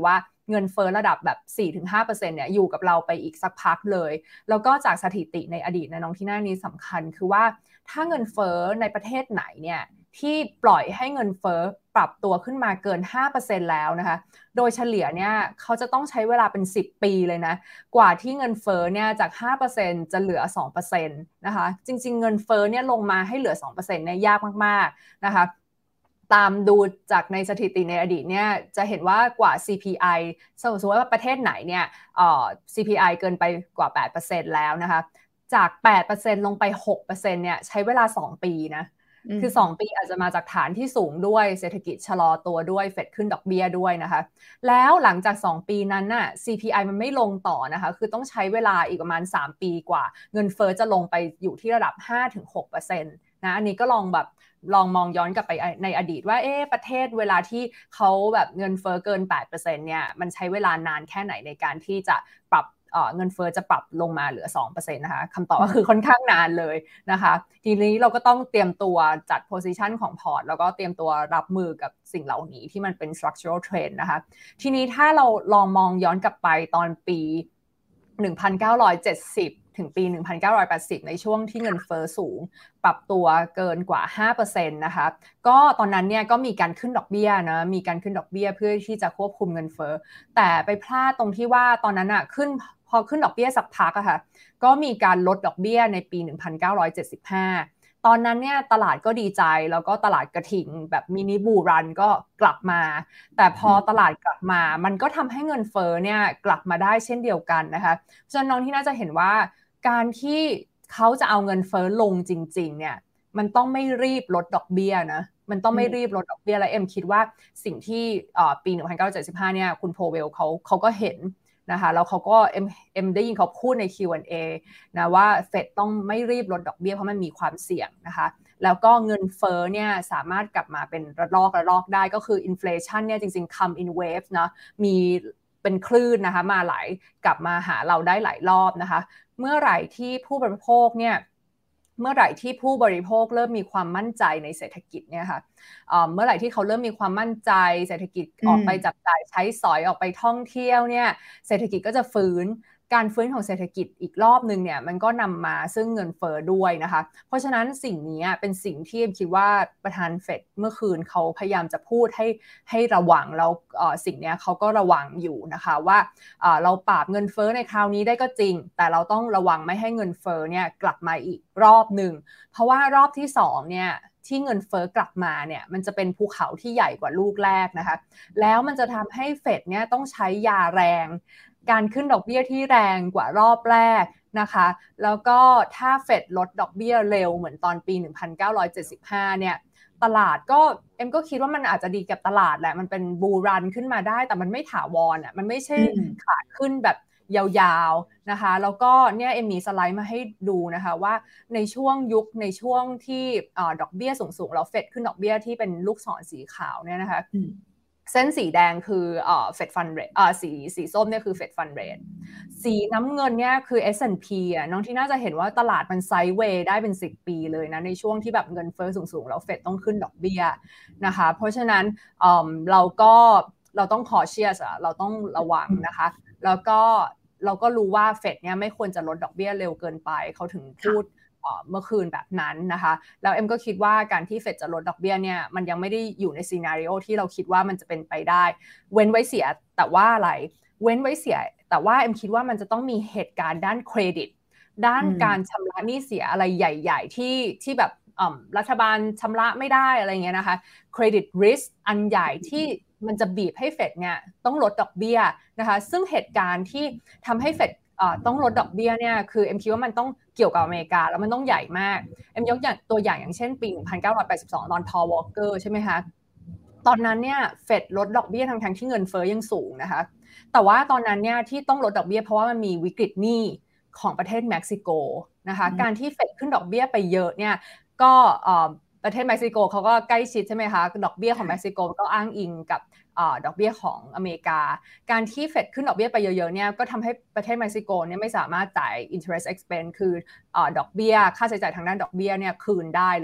เงินเฟ้อระดับแบบ สี่ถึงห้าเปอร์เซ็นต์ เนี่ยอยู่กับเราไปอีกสักพักเลยแล้วก็จากสถิติในอดีตนะน้องที่หน้านี้สำคัญคือว่าถ้าเงินเฟ้อในประเทศไหนเนี่ยที่ปล่อยให้เงินเฟ้อปรับตัวขึ้นมาเกิน ห้าเปอร์เซ็นต์ แล้วนะคะโดยเฉลี่ยเนี่ยเขาจะต้องใช้เวลาเป็นสิบปีเลยนะกว่าที่เงินเฟ้อเนี่ยจาก ห้าเปอร์เซ็นต์ จะเหลือ สองเปอร์เซ็นต์ นะคะจริงๆเงินเฟ้อเนี่ยลงมาให้เหลือ สองเปอร์เซ็นต์ เนี่ยยากมากๆนะคะตามดูจากในสถิติในอดีตเนี่ยจะเห็นว่ากว่า ซี พี ไอ สมมติว่าประเทศไหนเนี่ยเอ่อ ซี พี ไอ เกินไปกว่า แปดเปอร์เซ็นต์ แล้วนะคะจาก แปดเปอร์เซ็นต์ ลงไป หกเปอร์เซ็นต์ เนี่ยใช้เวลาสองปีนะคือสองปีอาจจะมาจากฐานที่สูงด้วยเศรษฐกิจชะลอตัวด้วยเฟดขึ้นดอกเบี้ยด้วยนะคะแล้วหลังจากสองปีนั้นน่ะ ซี พี ไอ มันไม่ลงต่อนะคะคือต้องใช้เวลาอีกประมาณสามปีกว่าเงินเฟ้อจะลงไปอยู่ที่ระดับ ห้าถึงหกเปอร์เซ็นต์ นะอันนี้ก็ลองแบบลองมองย้อนกลับไปในอดีตว่าเอ๊ะประเทศเวลาที่เขาแบบเงินเฟ้อเกิน แปดเปอร์เซ็นต์ เนี่ยมันใช้เวลานานแค่ไหนในการที่จะปรับเอ่อเงินเฟ้อจะปรับลงมาเหลือ สองเปอร์เซ็นต์ นะคะคำตอบก็คือค่อนข้างนานเลยนะคะทีนี้เราก็ต้องเตรียมตัวจัด position ของพอร์ตแล้วก็เตรียมตัวรับมือกับสิ่งเหล่านี้ที่มันเป็น structural trend นะคะทีนี้ถ้าเราลองมองย้อนกลับไปตอนปีหนึ่งพันเก้าร้อยเจ็ดสิบถึงปีหนึ่งพันเก้าร้อยแปดสิบในช่วงที่เงินเฟ้อสูงปรับตัวเกินกว่า ห้าเปอร์เซ็นต์ นะคะก็ตอนนั้นเนี่ยก็มีการขึ้นดอกเบี้ยนะมีการขึ้นดอกเบี้ยเพื่อที่จะควบคุมเงินเฟ้อแต่ไปพลาดตรงที่ว่าตอนนั้นอ่ะขึ้นพอขึ้นดอกเบี้ยสักพักอะค่ะก็มีการลดดอกเบี้ยในปีหนึ่งพันเก้าร้อยเจ็ดสิบห้าตอนนั้นเนี่ยตลาดก็ดีใจแล้วก็ตลาดกระถิ่งแบบมินิบูรันก็กลับมาแต่พอตลาดกลับมามันก็ทำให้เงินเฟ้อเนี่ยกลับมาได้เช่นเดียวกันนะคะฉะนั้นน้องที่น่าจะเห็นว่าการที่เขาจะเอาเงินเฟ้อลงจริงๆเนี่ยมันต้องไม่รีบลดดอกเบี้ยนะมันต้องไม่รีบลดดอกเบี้ยและเอ็มคิดว่าสิ่งที่ปีหนึ่งพันเก้าร้อยเจ็ดสิบห้าเนี่ยคุณโพเวลเขาเขาก็เห็นนะคะแล้วเขาก็เอ็มเอ็มได้ยินเขาพูดใน คิว แอนด์ เอ นะว่าเฟดต้องไม่รีบลดดอกเบี้ยเพราะมันมีความเสี่ยงนะคะแล้วก็เงินเฟ้อเนี่ยสามารถกลับมาเป็นระลอกระลอกได้ก็คืออินเฟลชันเนี่ยจริงๆ come in wave นะมีเป็นคลื่นนะคะมาหลายกลับมาหาเราได้หลายรอบนะคะเมื่อไหร่ที่ผู้บริโภคเนี่ยเมื่อไหร่ที่ผู้บริโภคเริ่มมีความมั่นใจในเศรษฐกิจเนี่ยค่ะเมื่อไหร่ที่เขาเริ่มมีความมั่นใจเศรษฐกิจออกไปจับจ่ายใช้สอยออกไปท่องเที่ยวเนี่ยเศรษฐกิจก็จะฟื้นการฟื้นของเศรษฐกิจอีกรอบนึงเนี่ยมันก็นำมาซึ่งเงินเฟ้อด้วยนะคะเพราะฉะนั้นสิ่งนี้เป็นสิ่งที่คิดว่าประธานเฟดเมื่อคืนเขาพยายามจะพูดให้ให้ระวังแล้วสิ่งนี้เขาก็ระวังอยู่นะคะว่าเราปราบเงินเฟ้อในคราวนี้ได้ก็จริงแต่เราต้องระวังไม่ให้เงินเฟ้อเนี่ยกลับมาอีกรอบนึงเพราะว่ารอบที่สองเนี่ยที่เงินเฟ้อกลับมาเนี่ยมันจะเป็นภูเขาที่ใหญ่กว่าลูกแรกนะคะแล้วมันจะทำให้เฟดเนี่ยต้องใช้ยาแรงการขึ้นดอกเบี้ยที่แรงกว่ารอบแรกนะคะแล้วก็ถ้าเฟดลดดอกเบี้ยเร็วเหมือนตอนปีหนึ่งพันเก้าร้อยเจ็ดสิบห้าเนี่ยตลาดก็เอ็มก็คิดว่ามันอาจจะดีกับตลาดแหละมันเป็นบูรันขึ้นมาได้แต่มันไม่ถาวรอ่ะมันไม่ใช่ขาขึ้นแบบยาวๆนะคะแล้วก็เนี่ยเอ็มมีสไลด์มาให้ดูนะคะว่าในช่วงยุคในช่วงที่ดอกเบี้ยสูงๆแล้วเฟดขึ้นดอกเบี้ยที่เป็นลูกศรสีขาวเนี่ยนะคะเส้นสีแดงคือเอ่อ Fed Fund Rate เอ่อสีสีส้มเนี่ยคือ Fed Fund Rate สีน้ำเงินเนี่ยคือ เอส แอนด์ พี อ่ะน้องที่น่าจะเห็นว่าตลาดมันไซด์เวย์ได้เป็นสิบปีเลยนะในช่วงที่แบบเงินเฟ้อสูงๆแล้วเฟดต้องขึ้นดอกเบี้ยนะคะเพราะฉะนั้นเอ่อเราก็เราต้อง cautious อ่ะเราต้องระวังนะคะแล้วก็เราก็รู้ว่าเฟดเนี่ยไม่ควรจะลดดอกเบี้ยเร็วเกินไปเขาถึงพูดเมื่อคืนแบบนั้นนะคะแล้วเอ็มก็คิดว่าการที่เฟดจะลดดอกเบี้ยเนี่ยมันยังไม่ได้อยู่ในซีนาริโอที่เราคิดว่ามันจะเป็นไปได้เว้นไว้เสียแต่ว่าอะไรเว้นไว้เสียแต่ว่าเอ็มคิดว่ามันจะต้องมีเหตุการณ์ด้านเครดิตด้านการชำระหนี้เสียอะไรใหญ่ๆที่ที่แบบรัฐบาลชำระไม่ได้อะไรเงี้ยนะคะเครดิตริสอันใหญ่ที่มันจะบีบให้เฟดเนี่ยต้องลดดอกเบี้ยนะคะซึ่งเหตุการณ์ที่ทำให้เฟดต้องลดดอกเบี้ยเนี่ยคือเอ็มคิดว่ามันต้องเกี่ยวกับอเมริกาแล้วมันต้องใหญ่มากเอ็มยกอย่างตัวอย่างอย่างเช่นปีหนึ่งพันเก้าร้อยแปดสิบสองตอนพอลวอลเกอร์ใช่ไหมคะตอนนั้นเนี่ยเฟดลดดอกเบี้ยทั้งๆที่เงินเฟ้อยังสูงนะคะแต่ว่าตอนนั้นเนี่ยที่ต้องลดดอกเบี้ยเพราะว่ามันมีวิกฤตหนี้ของประเทศเม็กซิโกนะคะการที่เฟดขึ้นดอกเบี้ยไปเยอะเนี่ยก็ประเทศเม็กซิโกเขาก็ใกล้ชิดใช่ไหมคะดอกเบี้ยของเม็กซิโกก็อ้างอิงกับดอกเบี้ยของอเมริกาการที่เฟดขึ้นดอกเบี้ยไปเยอะๆเนี่ยก็ทำให้ประเทศเม็กซิโกเนี่ยไม่สามารถจ่าย interest expense คือดอกเบี้ยค่าใช้จ่ายทางด้านดอกเบี้ยเนี่ยคืนได้แหละ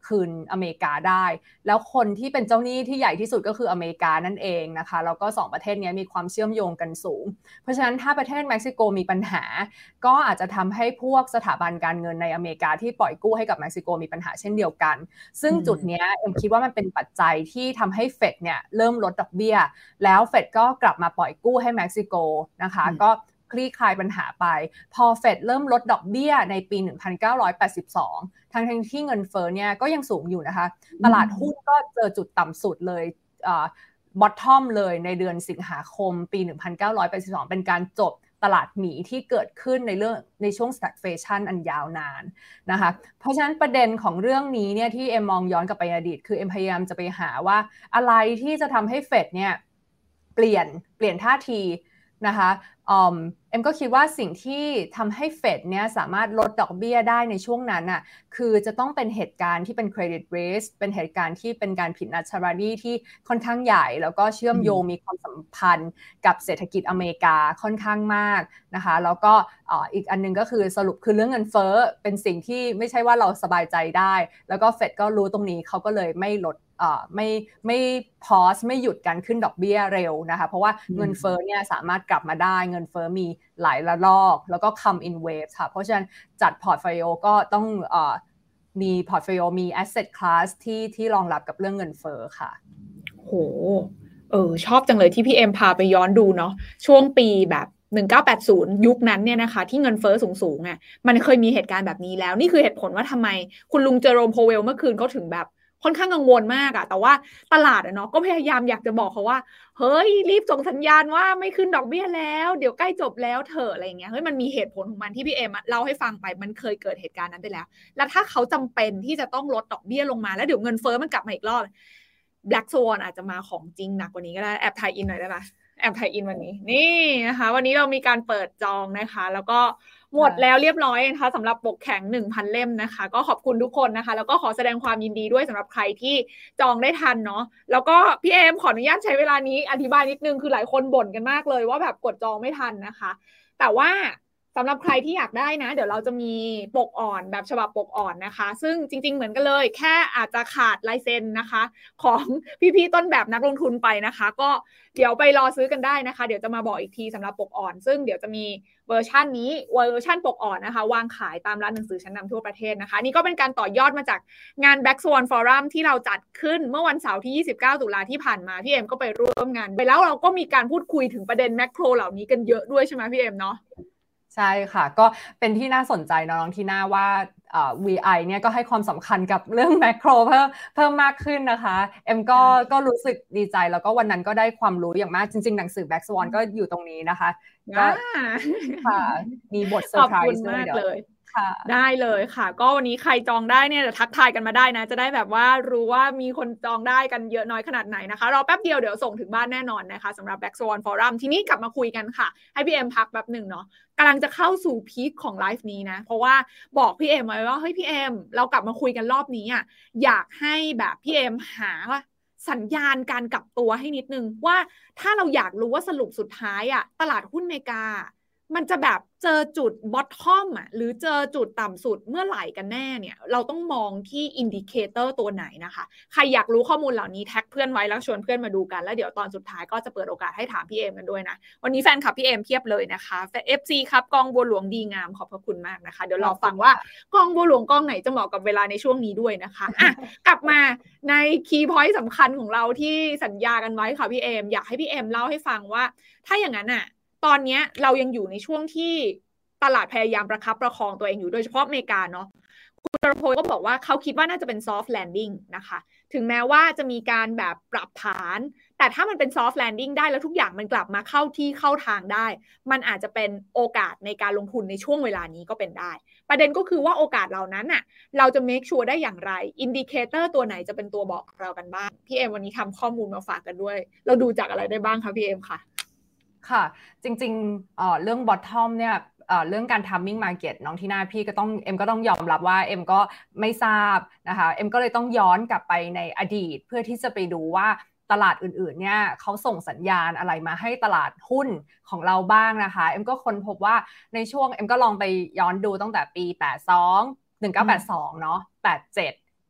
คืนอเมริกาได้แล้วคนที่เป็นเจ้าหนี้ที่ใหญ่ที่สุดก็คืออเมริกานั่นเองนะคะแล้วก็สองประเทศนี้มีความเชื่อมโยงกันสูงเพราะฉะนั้นถ้าประเทศเม็กซิโกมีปัญหาก็อาจจะทำให้พวกสถาบันการเงินในอเมริกาที่ปล่อยกู้ให้กับเม็กซิโกมีปัญหาเช่นเดียวกันซึ่งจุดนี้เอ็มคิดว่ามันเป็นปัจจัยที่ทำให้เฟดเนี่ยเริ่มลดดอกเบี้ยแล้วเฟดก็กลับมาปล่อยกู้ให้เม็กซิโกนะคะก็คลี่คลายปัญหาไปพอเฟดเริ่มลดดอกเบี้ยในปีหนึ่งพันเก้าร้อยแปดสิบสองทั้งที่เงินเฟ้อเนี่ยก็ยังสูงอยู่นะคะตลาดหุ้นก็เจอจุดต่ำสุดเลยอ่าบอททอมเลยในเดือนสิงหาคมปีหนึ่งพันเก้าร้อยแปดสิบสองเป็นการจบตลาดหมีที่เกิดขึ้นในเรื่องในช่วง stagflation อันยาวนานนะคะเพราะฉะนั้นประเด็นของเรื่องนี้เนี่ยที่เอ็มมองย้อนกลับไปอดีตคือเอ็มพยายามจะไปหาว่าอะไรที่จะทำให้เฟดเนี่ยเปลี่ยนเปลี่ยนท่าทีนะคะเอ็มก็คิดว่าสิ่งที่ทำให้เฟดเนี่ยสามารถลดดอกเบี้ยได้ในช่วงนั้นน่ะคือจะต้องเป็นเหตุการณ์ที่เป็น credit risk เป็นเหตุการณ์ที่เป็นการผิดนัดชำระหนี้ที่ค่อนข้างใหญ่แล้วก็เชื่อมโยงมีความสัมพันธ์กับเศรษฐกิจอเมริกาค่อนข้างมากนะคะแล้วก็อีกอันนึงก็คือสรุปคือเรื่องเงินเฟ้อเป็นสิ่งที่ไม่ใช่ว่าเราสบายใจได้แล้วก็เฟดก็รู้ตรงนี้เขาก็เลยไม่ลดไม่ไม่พอสไม่หยุดการขึ้นดอกเบี้ยเร็วนะคะเพราะว่าเงินเฟ้อเนี่ยสามารถกลับมาได้เงินเฟ้อมีหลายระลอกแล้วก็ come in waves ค่ะเพราะฉะนั้นจัดพอร์ตโฟลิโอก็ต้องเอ่อมีพอร์ตโฟลิโอมี asset class ที่ที่รองรับกับเรื่องเงินเฟ้อค่ะโหเออชอบจังเลยที่พี่เอ็มพาไปย้อนดูเนาะช่วงปีแบบหนึ่งพันเก้าร้อยแปดสิบยุคนั้นเนี่ยนะคะที่เงินเฟ้อสูงๆอ่ะมันเคยมีเหตุการณ์แบบนี้แล้วนี่คือเหตุผลว่าทำไมคุณลุงเจอโรมโพเวลเมื่อคืนเขาถึงแบบค่อนข้างกังวลมากอะแต่ว่าตลาดอะเนาะก็พยายามอยากจะบอกเขาว่าเฮ้ยรีบส่งสัญญาณว่าไม่ขึ้นดอกเบี้ยแล้วเดี๋ยวใกล้จบแล้วเถอะอะไรอย่างเงี้ยเฮ้ยมันมีเหตุผลของมันที่พี่เอ็มเล่าให้ฟังไปมันเคยเกิดเหตุการณ์นั้นไปแล้วแล้วถ้าเขาจำเป็นที่จะต้องลดดอกเบี้ยลงมาแล้วเดี๋ยวเงินเฟ้อมันกลับมาอีกรอบ Black Swan อาจจะมาของจริงหนักกว่านี้ก็ได้แอบไทยอินหน่อยได้ไหมแอบไทยอินวันนี้นี่นะคะวันนี้เรามีการเปิดจองนะคะแล้วก็หมดแล้วเรียบร้อยนะคะสำหรับปกแข็ง หนึ่งพัน เล่มนะคะก็ขอบคุณทุกคนนะคะแล้วก็ขอแสดงความยินดีด้วยสำหรับใครที่จองได้ทันเนาะแล้วก็พี่เอมขออนุญาตใช้เวลานี้อธิบายนิดนึงคือหลายคนบ่นกันมากเลยว่าแบบกดจองไม่ทันนะคะแต่ว่าสำหรับใครที่อยากได้นะเดี๋ยวเราจะมีปกอ่อนแบบฉบับปกอ่อนนะคะซึ่งจริงๆเหมือนกันเลยแค่อาจจะขาดลายเซ็นนะคะของพี่ๆต้นแบบนักลงทุนไปนะคะก็เดี๋ยวไปรอซื้อกันได้นะคะเดี๋ยวจะมาบอกอีกทีสำหรับปกอ่อนซึ่งเดี๋ยวจะมีเวอร์ชันนี้เวอร์ชันปกอ่อนนะคะวางขายตามร้านหนังสือชั้นนำทั่วประเทศนะคะนี่ก็เป็นการต่อยอดมาจากงาน Black Swan Forum ที่เราจัดขึ้นเมื่อวันเสาร์ที่ยี่สิบเก้าตุลาที่ผ่านมาพี่เอ็มก็ไปร่วมงานไปแล้วเราก็มีการพูดคุยถึงประเด็นแมคโครเหล่านี้กันเยอะด้วยใช่ไหมพี่เอ็มเนาะใช่ค่ะก็เป็นที่น่าสนใจน้องที่น่าว่าเอ่อ วี ไอ เนี่ยก็ให้ความสำคัญกับเรื่องแมคโครเพิ่มเพิ่มมากขึ้นนะคะเอ็มก็ก็รู้สึกดีใจแล้วก็วันนั้นก็ได้ความรู้อย่างมากจริงๆหนังสือ Black Swan ก็อยู่ตรงนี้นะคะก็ค่ะมีบทเซอร์ไพรส์ด้วยเดี๋ยวได้เลยค่ะก็วันนี้ใครจองได้เนี่ยทักทายกันมาได้นะจะได้แบบว่ารู้ว่ามีคนจองได้กันเยอะน้อยขนาดไหนนะคะรอแป๊บเดียวเดี๋ยวส่งถึงบ้านแน่นอนนะคะสำหรับ Black Swan Forum ทีนี้กลับมาคุยกันค่ะให้พี่เอ็มพักแป๊บหนึ่งเนาะกำลังจะเข้าสู่พีคของไลฟ์นี้นะเพราะว่าบอกพี่เอ็มไว้ว่าเฮ้ยพี่เอ็มเรากลับมาคุยกันรอบนี้อ่ะอยากให้แบบพี่เอ็มหาว่าสัญญาณการกลับตัวให้นิดนึงว่าถ้าเราอยากรู้ว่าสรุปสุดท้ายอ่ะตลาดหุ้นอเมริกามันจะแบบเจอจุดบอททอมอ่ะหรือเจอจุดต่ำสุดเมื่อไหร่กันแน่เนี่ยเราต้องมองที่อินดิเคเตอร์ตัวไหนนะคะใครอยากรู้ข้อมูลเหล่านี้แท็กเพื่อนไว้แล้วชวนเพื่อนมาดูกันแล้วเดี๋ยวตอนสุดท้ายก็จะเปิดโอกาสให้ถามพี่เอมกันด้วยนะวันนี้แฟนคลับพี่เอมเพียบเลยนะคะ เอฟ ซี ครับกองบัวหลวงดีงามขอบพระคุณมากนะคะเดี๋ยวรอฟังว่ากองบัวหลวงกองไหนจะเหมาะกับเวลาในช่วงนี้ด้วยนะคะอ่ะกลับมาในคีย์พอยต์สำคัญของเราที่สัญญากันไว้ค่ะพี่เอมอยากให้พี่เอมเล่าให้ฟังว่าถ้าอย่างนั้นอ่ะตอนนี้เรายังอยู่ในช่วงที่ตลาดพยายามประคับประคองตัวเองอยู่โดยเฉพาะอเมริกาเนาะคุณตรพลก็บอกว่าเขาคิดว่าน่าจะเป็น soft landing นะคะถึงแม้ว่าจะมีการแบบปรับฐานแต่ถ้ามันเป็น soft landing ได้แล้วทุกอย่างมันกลับมาเข้าที่เข้าทางได้มันอาจจะเป็นโอกาสในการลงทุนในช่วงเวลานี้ก็เป็นได้ประเด็นก็คือว่าโอกาสเหล่านั้นน่ะเราจะ make sure ได้อย่างไรอินดิเคเตอร์ตัวไหนจะเป็นตัวบอกเรากันบ้างพี่เอ็มวันนี้ทำข้อมูลมาฝากกันด้วยเราดูจากอะไรได้บ้างคะพี่เอ็มค่ะค่ะจริงๆ เอ่อ เรื่อง bottom เนี่ยเอ่อเรื่องการ timing market น้องที่หน้าพี่ก็ต้องเอ็มก็ต้องยอมรับว่าเอ็มก็ไม่ทราบนะคะเอ็มก็เลยต้องย้อนกลับไปในอดีตเพื่อที่จะไปดูว่าตลาดอื่นๆเนี่ยเขาส่งสัญญาณอะไรมาให้ตลาดหุ้นของเราบ้างนะคะเอ็มก็ค้นพบว่าในช่วงเอ็มก็ลองไปย้อนดูตั้งแต่ปีแปดสิบสอง หนึ่งพันเก้าร้อยแปดสิบสองเนาะแปดสิบเจ็ด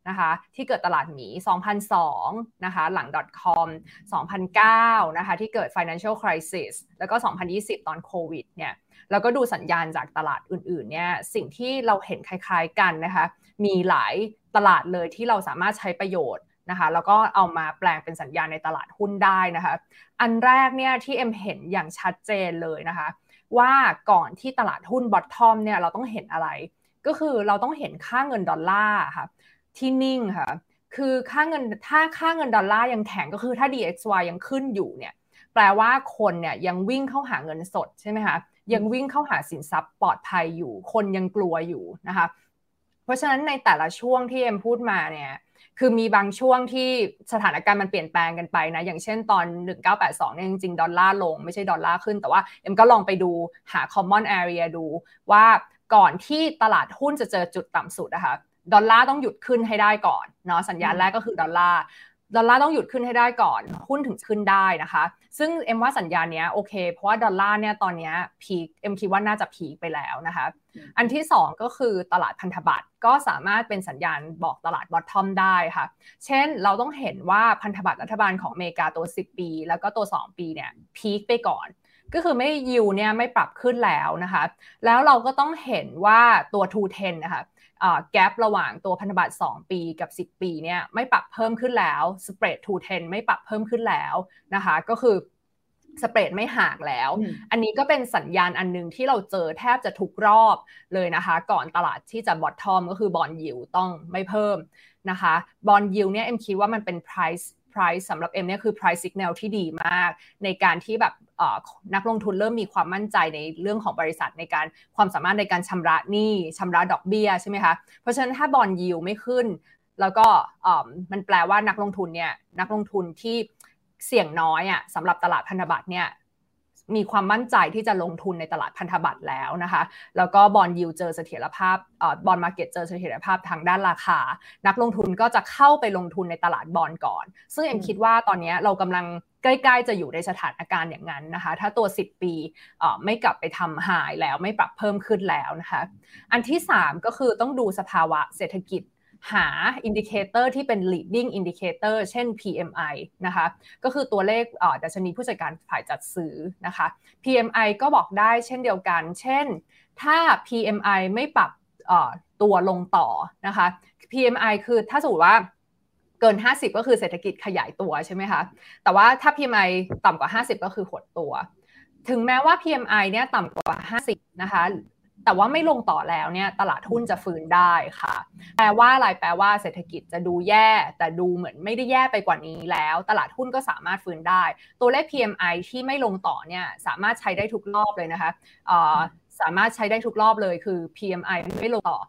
นะคะที่เกิดตลาดหมีสองพันสองนะคะหลัง .com สองพันเก้านะคะที่เกิด financial crisis แล้วก็สองพันยี่สิบตอนโควิดเนี่ยแล้วก็ดูสัญญาณจากตลาดอื่นๆเนี่ยสิ่งที่เราเห็นคล้ายๆกันนะคะมีหลายตลาดเลยที่เราสามารถใช้ประโยชน์นะคะแล้วก็เอามาแปลงเป็นสัญญาณในตลาดหุ้นได้นะคะอันแรกเนี่ยที่เอ็มเห็นอย่างชัดเจนเลยนะคะว่าก่อนที่ตลาดหุ้น bottom เนี่ยเราต้องเห็นอะไรก็คือเราต้องเห็นค่าเงินดอลลาร์ค่ะที่นิ่งค่ะคือค่าเงินถ้าค่าเงินดอลลาร์ยังแข็งก็คือถ้า ดี เอ็กซ์ วาย ยังขึ้นอยู่เนี่ยแปลว่าคนเนี่ยยังวิ่งเข้าหาเงินสดใช่ไหมคะยังวิ่งเข้าหาสินทรัพย์ปลอดภัยอยู่คนยังกลัวอยู่นะคะเพราะฉะนั้นในแต่ละช่วงที่เอ็มพูดมาเนี่ยคือมีบางช่วงที่สถานการณ์มันเปลี่ยนแปลงกันไปนะอย่างเช่นตอนหนึ่งเก้าแปดสองเนี่ยจริงๆดอลลาร์ลงไม่ใช่ดอลลาร์ขึ้นแต่ว่าเอ็มก็ลองไปดูหา common area ดูว่าก่อนที่ตลาดหุ้นจะเจอจุดต่ำสุดนะคะดอลลาร์ต้องหยุดขึ้นให้ได้ก่อนเนาะสัญญาณแรกก็คือดอลลาร์ดอลลาร์ต้องหยุดขึ้นให้ได้ก่อนหุ้นถึงขึ้นได้นะคะซึ่งเอ็มว่าสัญญาณนี้โอเคเพราะว่าดอลลาร์เนี่ยตอนนี้พีคเอ็มคิดว่าน่าจะพีคไปแล้วนะคะอันที่สองก็คือตลาดพันธบัตรก็สามารถเป็นสัญญาณบอกตลาดบอททอมได้ค่ะเช่นเราต้องเห็นว่าพันธบัตรรัฐบาลของอเมริกาตัวสิบปีแล้วก็ตัวสองปีเนี่ยพีคไปก่อนก็คือไม่ยิวเนี่ยไม่ปรับขึ้นแล้วนะคะแล้วเราก็ต้องเห็นว่าตัว ทู เทน นะคะแกประหว่างตัวพันธบัตรสองปีกับสิบปีเนี่ยไม่ปรับเพิ่มขึ้นแล้วสเปรด ทู เทน ไม่ปรับเพิ่มขึ้นแล้วนะคะก็คือสเปรดไม่ห่างแล้วอันนี้ก็เป็นสัญญาณอันนึงที่เราเจอแทบจะทุกรอบเลยนะคะก่อนตลาดที่จะบอททอมก็คือบอนด์ยิลด์ต้องไม่เพิ่มนะคะบอนด์ยิลด์เนี่ยเอ็มคิดว่ามันเป็น price price สำหรับเอ็มเนี่ยคือ price signal ที่ดีมากในการที่แบบนักลงทุนเริ่มมีความมั่นใจในเรื่องของบริษัทในการความสามารถในการชำระหนี้ชำระดอกเบี้ยใช่ไหมคะเพราะฉะนั้นถ้าบอนด์ยิลด์ไม่ขึ้นแล้วก็มันแปลว่านักลงทุนเนี่ยนักลงทุนที่เสี่ยงน้อยอ่ะสำหรับตลาดพันธบัตรเนี่ยมีความมั่นใจที่จะลงทุนในตลาดพันธบัตรแล้วนะคะแล้วก็บอนด์ยิลด์เจอเสถียรภาพเอ่อบอนด์มาร์เก็ตเจอเสถียรภาพทางด้านราคานักลงทุนก็จะเข้าไปลงทุนในตลาดบอนด์ก่อนซึ่งเอ็มคิดว่าตอนนี้เรากำลังใกล้ๆจะอยู่ในสถานการณ์อย่างนั้นนะคะถ้าตัวสิบปีเอ่อไม่กลับไปทำ high แล้วไม่ปรับเพิ่มขึ้นแล้วนะคะอันที่สามก็คือต้องดูสภาวะเศรษฐกิจหาอินดิเคเตอร์ที่เป็น leading indicator เช่น พี เอ็ม ไอ นะคะก็คือตัวเลขดัชนีผู้จัดการฝ่ายจัดซื้อนะคะ พี เอ็ม ไอ ก็บอกได้เช่นเดียวกันเช่นถ้า พี เอ็ม ไอ ไม่ปรับตัวลงต่อนะคะ พี เอ็ม ไอ คือถ้าสมมติว่าเกินห้าสิบก็คือเศรษฐกิจขยายตัวใช่ไหมคะแต่ว่าถ้า พี เอ็ม ไอ ต่ำกว่าห้าสิบก็คือหดตัวถึงแม้ว่า พี เอ็ม ไอ เนี่ยต่ำกว่าห้าสิบนะคะแต่ว่าไม่ลงต่อแล้วเนี่ยตลาดหุ้นจะฟื้นได้ค่ะแปลว่าอะไรแปลว่าเศรษฐกิจจะดูแย่แต่ดูเหมือนไม่ได้แย่ไปกว่านี้แล้วตลาดหุ้นก็สามารถฟื้นได้ตัวเลข พี เอ็ม ไอ ที่ไม่ลงต่อเนี่ยสามารถใช้ได้ทุกรอบเลยนะคะสามารถใช้ได้ทุกรอบเลยคือ พี เอ็ม ไอ ไม่ลงต่อ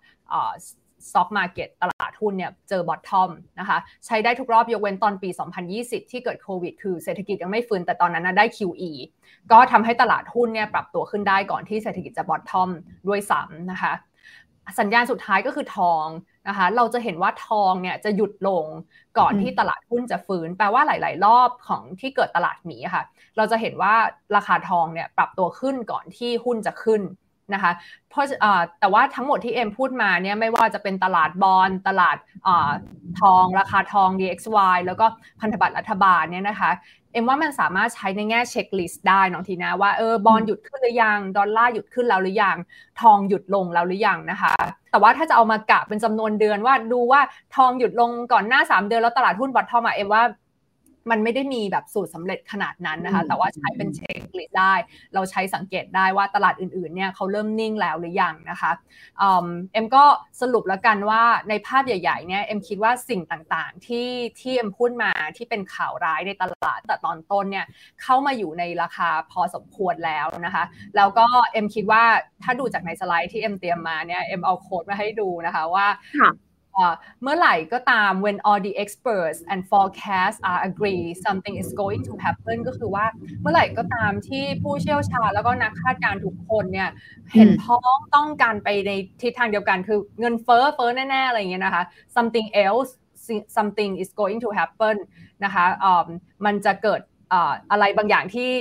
stock market ตลาดหุ้นเนี่ยเจอบอททอมนะคะใช้ได้ทุกรอบยกเว้นตอนปีสองพันยี่สิบที่เกิดโควิดคือเศรษฐกิจยังไม่ฟื้นแต่ตอนนั้นนะได้ คิว อี ก็ทำให้ตลาดหุ้นเนี่ยปรับตัวขึ้นได้ก่อนที่เศรษฐกิจจะบอททอมด้วยซ้ำนะคะสัญญาณสุดท้ายก็คือทองนะคะเราจะเห็นว่าทองเนี่ยจะหยุดลงก่อนที่ตลาดหุ้นจะฟื้นแปลว่าหลายๆรอบของที่เกิดตลาดหมีค่ะเราจะเห็นว่าราคาทองเนี่ยปรับตัวขึ้นก่อนที่หุ้นจะขึ้นนะคะเพราะแต่ว่าทั้งหมดที่เอ็มพูดมาเนี่ยไม่ว่าจะเป็นตลาดบอนด์ตลาดทองราคาทอง ดี เอ็กซ์ วาย แล้วก็พันธบัตรรัฐบาลเนี่ยนะคะเอ็มว่ามันสามารถใช้ในแง่เช็คลิสต์ได้น้องทีนะว่าเออบอนด์หยุดขึ้นหรือยังดอลลาร์หยุดขึ้นแล้วหรือยังทองหยุดลงแล้วหรือยังนะคะแต่ว่าถ้าจะเอามากะเป็นจำนวนเดือนว่าดูว่าทองหยุดลงก่อนหน้าสามเดือนแล้วตลาดหุ้นบอททอมอ่ะเอ็มว่ามันไม่ได้มีแบบสูตรสำเร็จขนาดนั้นนะคะแต่ว่าใช้เป็นเช็คลิสต์ได้เราใช้สังเกตได้ว่าตลาดอื่นๆเนี่ยเขาเริ่มนิ่งแล้วหรือยังนะคะเอ็มก็สรุปแล้วกันว่าในภาพใหญ่ๆเนี่ยเอ็มคิดว่าสิ่งต่างๆที่ที่เอ็มพูดมาที่เป็นข่าวร้ายในตลาดแต่ตอนต้นเนี่ยเข้ามาอยู่ในราคาพอสมควรแล้วนะคะแล้วก็เอ็มคิดว่าถ้าดูจากในสไลด์ที่เอ็มเตรียมมาเนี่ยเอ็มเอาโค้ดมาให้ดูนะคะว่าเมื่อไหร่ก็ตาม when all the experts and forecasts are agree something is going to happen ก็คือว่าเมื่อไหร่ก็ตามที่ผู้เชี่ยวชาญแล้วก็นักคาดการณ์ทุกคนเนี่ยเห็นพ้องต้องการไปในทิศทางเดียวกันคือเงินเฟ้อเฟ้อแน่ๆอะไรอย่างเงี้ยนะคะ something else something is going to happen นะคะมันจะเกิดอะไรบางอย่างที่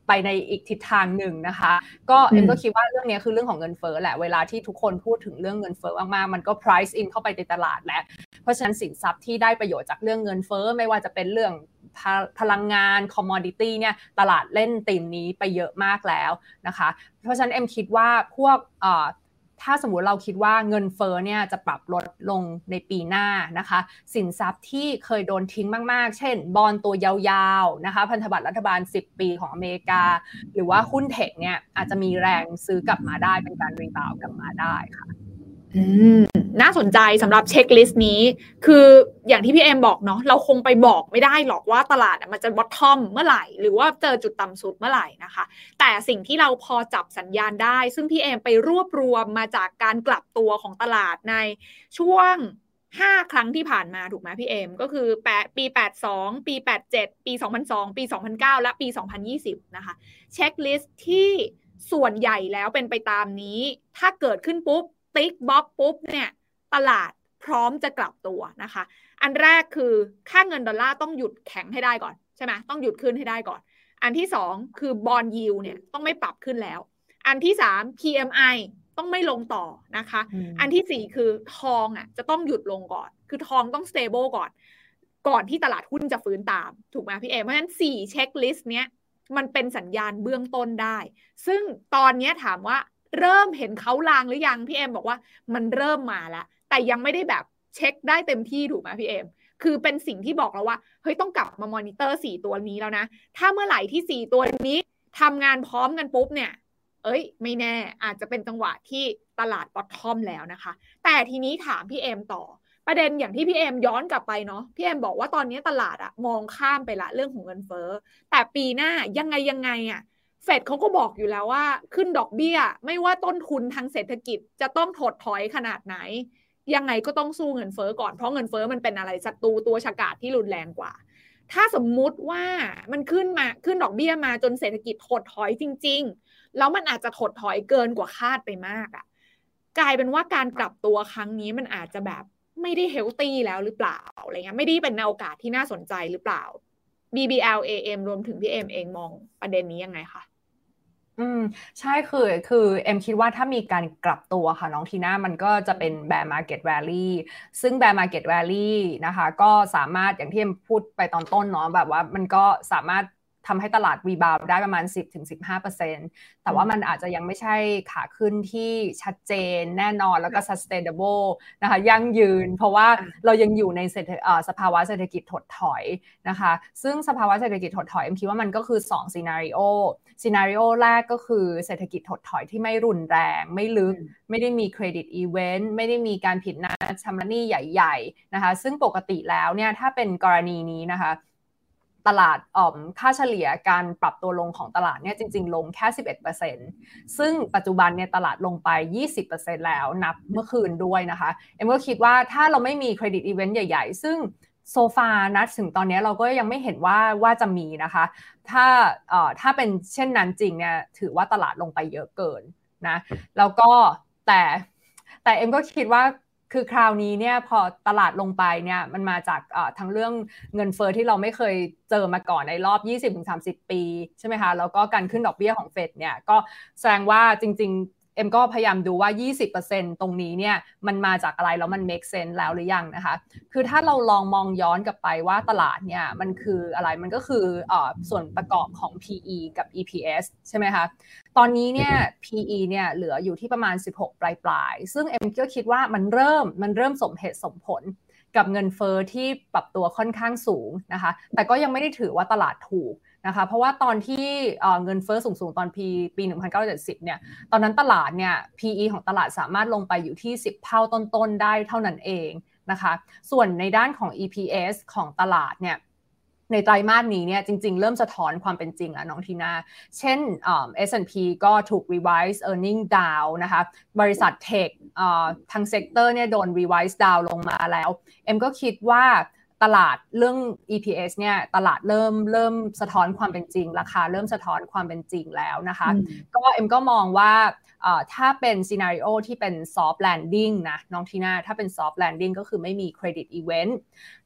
ไปในอีกทิศทางหนึ่งนะคะก็เอ็มก็คิดว่าเรื่องนี้คือเรื่องของเงินเฟ้อแหละเวลาที่ทุกคนพูดถึงเรื่องเงินเฟ้อมากๆมันก็ price in เข้าไปในตลาดแล้วเพราะฉะนั้นสินทรัพย์ที่ได้ประโยชน์จากเรื่องเงินเฟ้อไม่ว่าจะเป็นเรื่องพลังงาน commodity เนี่ยตลาดเล่นธีมนี้ไปเยอะมากแล้วนะคะเพราะฉะนั้นเอ็มคิดว่าพวกเอ่อถ้าสมมุติเราคิดว่าเงินเฟ้อเนี่ยจะปรับลดลงในปีหน้านะคะสินทรัพย์ที่เคยโดนทิ้งมากๆเช่นบอนด์ตัวยาวๆนะคะพันธบัตรรัฐบาลสิบปีของอเมริกาหรือว่าหุ้นเทคเนี่ยอาจจะมีแรงซื้อกลับมาได้เป็นการรีบาวด์กลับมาได้ค่ะอืมน่าสนใจสำหรับเช็คลิสต์นี้คืออย่างที่พี่เอ็มบอกเนาะเราคงไปบอกไม่ได้หรอกว่าตลาดมันจะบอททอมเมื่อไหร่หรือว่าเจอจุดต่ำสุดเมื่อไหร่นะคะแต่สิ่งที่เราพอจับสัญญาณได้ซึ่งพี่เอ็มไปรวบรวมมาจากการกลับตัวของตลาดในช่วงห้าครั้งที่ผ่านมาถูกไหมพี่เอ็มก็คือแปดปีแปดสิบสองปีแปดสิบเจ็ดปีสองพันสองปีสองพันเก้าและปีสองพันยี่สิบนะคะเช็คลิสต์ที่ส่วนใหญ่แล้วเป็นไปตามนี้ถ้าเกิดขึ้นปุ๊บติ๊กบ็อกปุ๊บเนี่ยตลาดพร้อมจะกลับตัวนะคะอันแรกคือค่าเงินดอลลาร์ต้องหยุดแข็งให้ได้ก่อนใช่ไหมต้องหยุดขึ้นให้ได้ก่อนอันที่สองคือบอนด์ยิลด์เนี่ยต้องไม่ปรับขึ้นแล้วอันที่สาม พี เอ็ม ไอ ต้องไม่ลงต่อนะคะ อ, อันที่สี่คือทองอ่ะจะต้องหยุดลงก่อนคือทองต้อง stable ก่อนก่อนที่ตลาดหุ้นจะฟื้นตามถูกไหมพี่เอเพราะฉะนั้นสี่เช็คลิสต์เนี้ยมันเป็นสัญญาณเบื้องต้นได้ซึ่งตอนนี้ถามว่าเริ่มเห็นเขาลางหรือยังพี่เอมบอกว่ามันเริ่มมาแล้วแต่ยังไม่ได้แบบเช็คได้เต็มที่ถูกไหมพี่เอมคือเป็นสิ่งที่บอกเราว่าเฮ้ยต้องกลับมามอนิเตอร์สี่ตัวนี้แล้วนะถ้าเมื่อไหร่ที่สี่ตัวนี้ทำงานพร้อมกันปุ๊บเนี่ยเอ้ยไม่แน่อาจจะเป็นจังหวะที่ตลาดบอททอมแล้วนะคะแต่ทีนี้ถามพี่เอมต่อประเด็นอย่างที่พี่เอมย้อนกลับไปเนาะพี่เอมบอกว่าตอนนี้ตลาดอะมองข้ามไปละเรื่องของเงินเฟ้อแต่ปีหน้ายังไงยังไงอะเฟดเขาก็บอกอยู่แล้วว่าขึ้นดอกเบี้ยไม่ว่าต้นทุนทางเศรษฐกิจจะต้องถดถอยขนาดไหนยังไงก็ต้องสู้เงินเฟ้อก่อนเพราะเงินเฟ้อมันเป็นอะไรศัตรูตัวฉกาจที่รุนแรงกว่าถ้าสมมุติว่ามันขึ้นมาขึ้นดอกเบี้ยมาจนเศรษฐกิจถดถอยจริงๆแล้วมันอาจจะถดถอยเกินกว่าคาดไปมากอ่ะกลายเป็นว่าการกลับตัวครั้งนี้มันอาจจะแบบไม่ได้เฮลตี้แล้วหรือเปล่าอะไรเงี้ยไม่ได้เป็นโอกาสที่น่าสนใจหรือเปล่า บี บี แอล เอ เอ็ม รวมถึงพี่เอ็มเองมองประเด็นนี้ยังไงคะอืมใช่คือคือเอ็มคิดว่าถ้ามีการกลับตัวค่ะน้องทีน่ามันก็จะเป็น bear market rally ซึ่ง bear market rally นะคะก็สามารถอย่างที่เอ็มพูดไปตอนต้นเนาะแบบว่ามันก็สามารถทำให้ตลาดรีบาวด์ได้ประมาณ สิบถึงสิบห้าเปอร์เซ็นต์ แต่ว่ามันอาจจะยังไม่ใช่ขาขึ้นที่ชัดเจนแน่นอนแล้วก็ sustainable นะคะยั่งยืนเพราะว่าเรายังอยู่ในสภาวะเศรษฐกิจถดถอยนะคะซึ่งสภาวะเศรษฐกิจถดถอยเอ็มคิดว่ามันก็คือสอง scenario scenario แรกก็คือเศรษฐกิจถดถอยที่ไม่รุนแรงไม่ลึกไม่ได้มีเครดิตอีเวนต์ไม่ได้มีการผิดนัดชำระหนี้ใหญ่ๆนะคะซึ่งปกติแล้วเนี่ยถ้าเป็นกรณีนี้นะคะตลาดอ่อมค่าเฉลี่ยการปรับตัวลงของตลาดเนี่ยจริงๆลงแค่ สิบเอ็ดเปอร์เซ็นต์ ซึ่งปัจจุบันเนี่ยตลาดลงไป ยี่สิบเปอร์เซ็นต์ แล้วนับเมื่อคืนด้วยนะคะเอ็มก็คิดว่าถ้าเราไม่มีเครดิตอีเวนต์ใหญ่ๆซึ่งโซฟานะถึงตอนนี้เราก็ยังไม่เห็นว่าว่าจะมีนะคะถ้าเอ่อถ้าเป็นเช่นนั้นจริงเนี่ยถือว่าตลาดลงไปเยอะเกินนะแล้วก็แต่แต่เอ็มก็คิดว่าคือคราวนี้เนี่ยพอตลาดลงไปเนี่ยมันมาจากทั้งเรื่องเงินเฟ้อที่เราไม่เคยเจอมาก่อนในรอบ ยี่สิบถึงสามสิบ ปีใช่ไหมคะแล้วก็การขึ้นดอกเบี้ยของเฟดเนี่ยก็แสดงว่าจริงๆเอ็มก็พยายามดูว่า ยี่สิบเปอร์เซ็นต์ ตรงนี้เนี่ยมันมาจากอะไรแล้วมัน make sense แล้วหรือยังนะคะคือถ้าเราลองมองย้อนกลับไปว่าตลาดเนี่ยมันคืออะไรมันก็คือเอ่อส่วนประกอบของ พี อี กับ อี พี เอส ใช่ไหมคะตอนนี้เนี่ย พี อี เนี่ยเหลืออยู่ที่ประมาณสิบหกปลายๆซึ่งเอ็มก็คิดว่ามันเริ่มมันเริ่มสมเหตุสมผลกับเงินเฟ้อที่ปรับตัวค่อนข้างสูงนะคะแต่ก็ยังไม่ได้ถือว่าตลาดถูกนะคะเพราะว่าตอนที่เงินเฟ้อสูงๆตอนปีปีหนึ่งพันเก้าร้อยเจ็ดสิบเนี่ยตอนนั้นตลาดเนี่ย พี อี ของตลาดสามารถลงไปอยู่ที่สิบเท่าต้นๆได้เท่านั้นเองนะคะส่วนในด้านของ อี พี เอส ของตลาดเนี่ยในไตรมาสนี้เนี่ยจริงๆเริ่มสะท้อนความเป็นจริงแล้วน้องทีน่าเช่นเอ่อ เอส แอนด์ พี ก็ถูก revise earning down นะคะบริษัทเทคเอ่อทางเซกเตอร์เนี่ยโดน revise down ลงมาแล้วเอ็มก็คิดว่าตลาดเรื่อง อี พี เอส เนี่ยตลาดเริ่มเริ่มสะท้อนความเป็นจริงราคาเริ่มสะท้อนความเป็นจริงแล้วนะคะก็เอ็มก็มองว่าถ้าเป็น scenario ที่เป็น soft landing นะน้องทีน่าถ้าเป็น soft landing ก็คือไม่มี credit event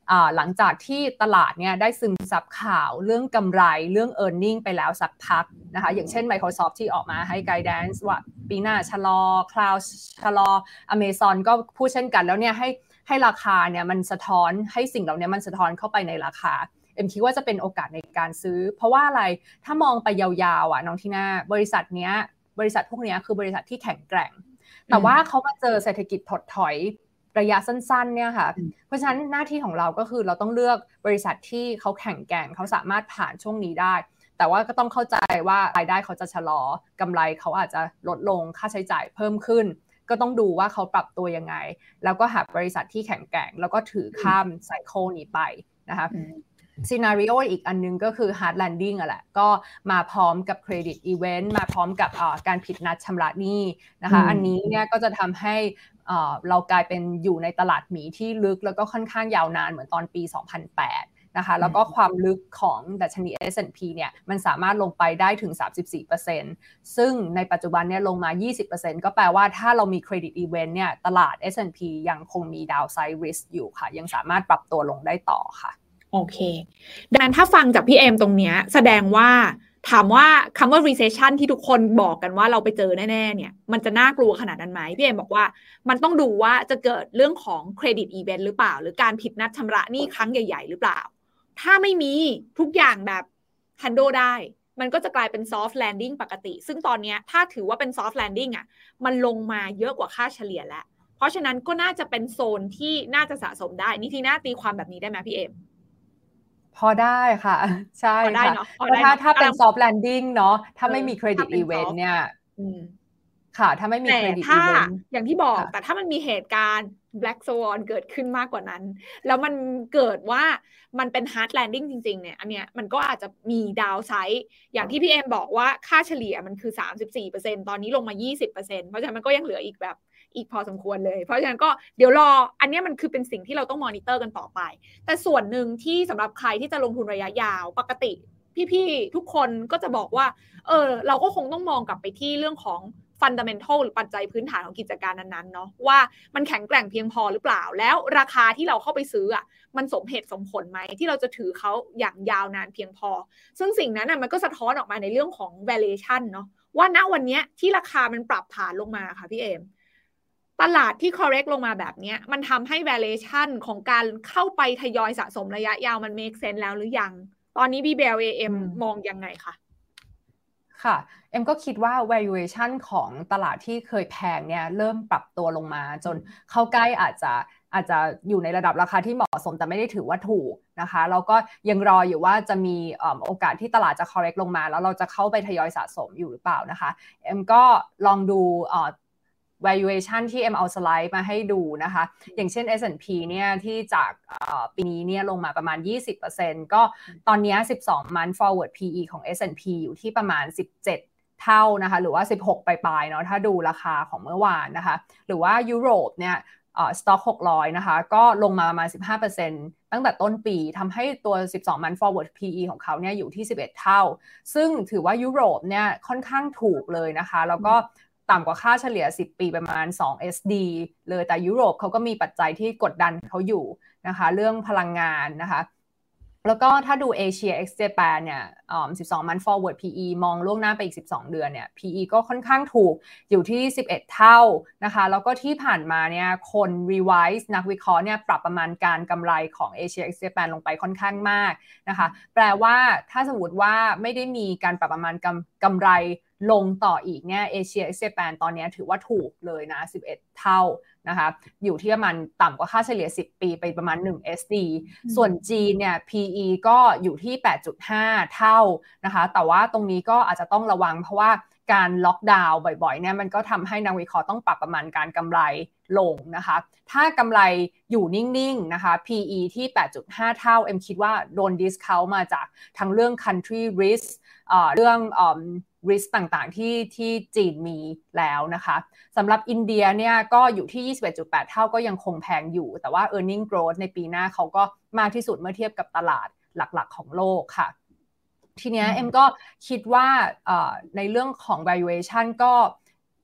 หลังจากที่ตลาดเนี่ยได้ซึมซับข่าวเรื่องกำไรเรื่อง earning ไปแล้วสักพักนะคะอย่างเช่น Microsoft ที่ออกมาให้ guidance ว่าปีหน้าชะลอ Cloud ชะลอ Amazon ก็พูดเช่นกันแล้วเนี่ยให้ให้ราคาเนี่ยมันสะท้อนให้สิ่งเหล่านี้มันสะท้อนเข้าไปในราคาเอ็มคิดว่าจะเป็นโอกาสในการซื้อเพราะว่าอะไรถ้ามองไปยาวๆอ่ะน้องทีน่าบริษัทเนี้ยบริษัทพวกนี้คือบริษัทที่แข็งแกร่งแต่ว่าเขามาเจอเศรษฐกิจถดถอยระยะสั้นๆเนี่ยค่ะเพราะฉะนั้นหน้าที่ของเราก็คือเราต้องเลือกบริษัทที่เขาแข็งแกร่งเขาสามารถผ่านช่วงนี้ได้แต่ว่าก็ต้องเข้าใจว่ารายได้เขาจะชะลอกำไรเขาอาจจะลดลงค่าใช้จ่ายเพิ่มขึ้นก็ต้องดูว่าเขาปรับตัวยังไงแล้วก็หาบริษัทที่แข็งแกร่งแล้วก็ถือข้ามไซเคิลนี้ไปนะคะซีนาริโออีกอันนึงก็คือ hard landing อ่ะแหละก็มาพร้อมกับเครดิตอีเวนต์มาพร้อมกับการผิดนัดชำระหนี้นะคะอันนี้เนี่ยก็จะทำให้เรากลายเป็นอยู่ในตลาดหมีที่ลึกแล้วก็ค่อนข้างยาวนานเหมือนตอนปีสองพันแปดนะคะแล้วก็ความลึกของดัชนี เอส แอนด์ พี เนี่ยมันสามารถลงไปได้ถึง สามสิบสี่เปอร์เซ็นต์ ซึ่งในปัจจุบันเนี่ยลงมา ยี่สิบเปอร์เซ็นต์ ก็แปลว่าถ้าเรามีเครดิตอีเวนต์เนี่ยตลาด เอส แอนด์ พี ยังคงมี downside risk อยู่ค่ะยังสามารถปรับตัวลงได้ต่อค่ะโอเคดังนั้นถ้าฟังจากพี่เอมตรงเนี้ยแสดงว่าถามว่าคำว่า recession ที่ทุกคนบอกกันว่าเราไปเจอแน่ๆเนี่ยมันจะน่ากลัวขนาดนั้นไหมพี่เอมบอกว่ามันต้องดูว่าจะเกิดเรื่องของเครดิตอีเวนต์หรือเปล่าหรือการผิดนัดชำระหนี้ครั้งใหญ่ๆหรือเปล่าถ้าไม่มีทุกอย่างแบบ handle ได้มันก็จะกลายเป็น soft landing ปกติซึ่งตอนนี้ถ้าถือว่าเป็น soft landing อ่ะมันลงมาเยอะกว่าค่าเฉลี่ยแล้วเพราะฉะนั้นก็น่าจะเป็นโซนที่น่าจะสะสมได้นี่ทีน่าตีความแบบนี้ได้ไหมพี่เอมพอได้ค่ะใช่ค่ะถ้าถ้าเป็น soft landing เนาะถ้าไม่มีเครดิตอีเวนต์เนี่ยค่ะถ้าไม่มีเครดิตอีเวนต์อย่างที่บอกแต่ถ้ามันมีเหตุการณ์ black swan เกิดขึ้นมากกว่านั้นแล้วมันเกิดว่ามันเป็น hard landing จริงๆเนี่ยอันเนี้ยมันก็อาจจะมี downside อย่างที่พี่เอ็มบอกว่าค่าเฉลี่ยมันคือ สามสิบสี่เปอร์เซ็นต์ ตอนนี้ลงมา ยี่สิบเปอร์เซ็นต์ เพราะฉะนั้นมันก็ยังเหลืออีกแบบอีกพอสมควรเลยเพราะฉะนั้นก็เดี๋ยวรออันนี้มันคือเป็นสิ่งที่เราต้องมอนิเตอร์กันต่อไปแต่ส่วนหนึ่งที่สำหรับใครที่จะลงทุนระยะยาวปกติพี่ๆทุกคนก็จะบอกว่าเออเราก็คงต้องมองกลับไปที่เรื่องของfundamental หรือปัจจัยพื้นฐานของกิจการนั้นๆเนาะว่ามันแข็งแกร่งเพียงพอหรือเปล่าแล้วราคาที่เราเข้าไปซื้ออ่ะมันสมเหตุสมผลไหมที่เราจะถือเขาอย่างยาวนานเพียงพอซึ่งสิ่งนั้นน่ะมันก็สะท้อนออกมาในเรื่องของ valuation เนาะว่าณวันนี้ที่ราคามันปรับฐานลงมาค่ะพี่เอมตลาดที่ correct ลงมาแบบนี้มันทำให้ valuation ของการเข้าไปทยอยสะสมระยะยาวมัน make sense แล้วหรือยังตอนนี้ บี บี แอล เอ เอ็ม มองยังไงคะค่ะเอ็มก็คิดว่า valuation ของตลาดที่เคยแพงเนี่ยเริ่มปรับตัวลงมาจนเข้าใกล้อาจจะอาจจะอยู่ในระดับราคาที่เหมาะสมแต่ไม่ได้ถือว่าถูกนะคะแล้วก็ยังรออยู่ว่าจะมีโอกาสที่ตลาดจะ correct ลงมาแล้วเราจะเข้าไปทยอยสะสมอยู่หรือเปล่านะคะเอ็มก็ลองดูvaluation ที่เอ็มเอาสไลด์มาให้ดูนะคะอย่างเช่น เอส แอนด์ พี เนี่ยที่จากปีนี้เนี่ยลงมาประมาณ ยี่สิบเปอร์เซ็นต์ ก็ตอนนี้สิบสอง month forward พี อี ของ เอส แอนด์ พี อยู่ที่ประมาณสิบเจ็ดเท่านะคะหรือว่าสิบหกปลายๆเนาะถ้าดูราคาของเมื่อวานนะคะหรือว่ายุโรปเนี่ยสต็อกหกร้อยนะคะก็ลงมาประมาณ สิบห้าเปอร์เซ็นต์ ตั้งแต่ต้นปีทำให้ตัวสิบสอง month forward พี อี ของเขาเนี่ยอยู่ที่สิบเอ็ดเท่าซึ่งถือว่ายุโรปเนี่ยค่อนข้างถูกเลยนะคะแล้วก็ต่ำกว่าค่าเฉลี่ยสิบปีประมาณสอง เอส ดี เลยแต่ยุโรปเขาก็มีปัจจัยที่กดดันเขาอยู่นะคะเรื่องพลังงานนะคะแล้วก็ถ้าดูเอเชีย ex Japan เนี่ยสิบสอง month forward พี อี มองล่วงหน้าไปอีกสิบสองเดือนเนี่ย พี อี ก็ค่อนข้างถูกอยู่ที่สิบเอ็ดเท่านะคะแล้วก็ที่ผ่านมาเนี่ยคน revise นักวิเคราะห์เนี่ยปรับประมาณการกำไรของเอเชีย ex Japan ลงไปค่อนข้างมากนะคะแปลว่าถ้าสมมติว่าไม่ได้มีการปรับประมาณกำกำไรลงต่ออีกเนี่ยเอเชีย ex Japan ตอนนี้ถือว่าถูกเลยนะสิบเอ็ดเท่านะคะอยู่ที่ประมาณต่ำกว่าค่าเฉลี่ยสิบปีไปประมาณหนึ่ง เอส ดี ส่วนจีนเนี่ย พี อี ก็อยู่ที่ แปดจุดห้า เท่านะคะแต่ว่าตรงนี้ก็อาจจะต้องระวังเพราะว่าการล็อกดาวน์บ่อยๆเนี่ยมันก็ทำให้นักวิเคราะห์ต้องปรับประมาณการกำไรลงนะคะถ้ากำไรอยู่นิ่งๆนะคะ พี อี ที่ แปดจุดห้า เท่าเอ็มคิดว่าโดน discount มาจากทั้งเรื่อง country risk เอ่อเรื่องเอ่อrisk ต่างๆที่ที่จีนมีแล้วนะคะสำหรับอินเดียเนี่ยก็อยู่ที่ ยี่สิบเอ็ดจุดแปด เท่าก็ยังคงแพงอยู่แต่ว่า earning growth ในปีหน้าเขาก็มากที่สุดเมื่อเทียบกับตลาดหลักๆของโลกค่ะทีเนี้ยเอ็มก็คิดว่าในเรื่องของ valuation ก็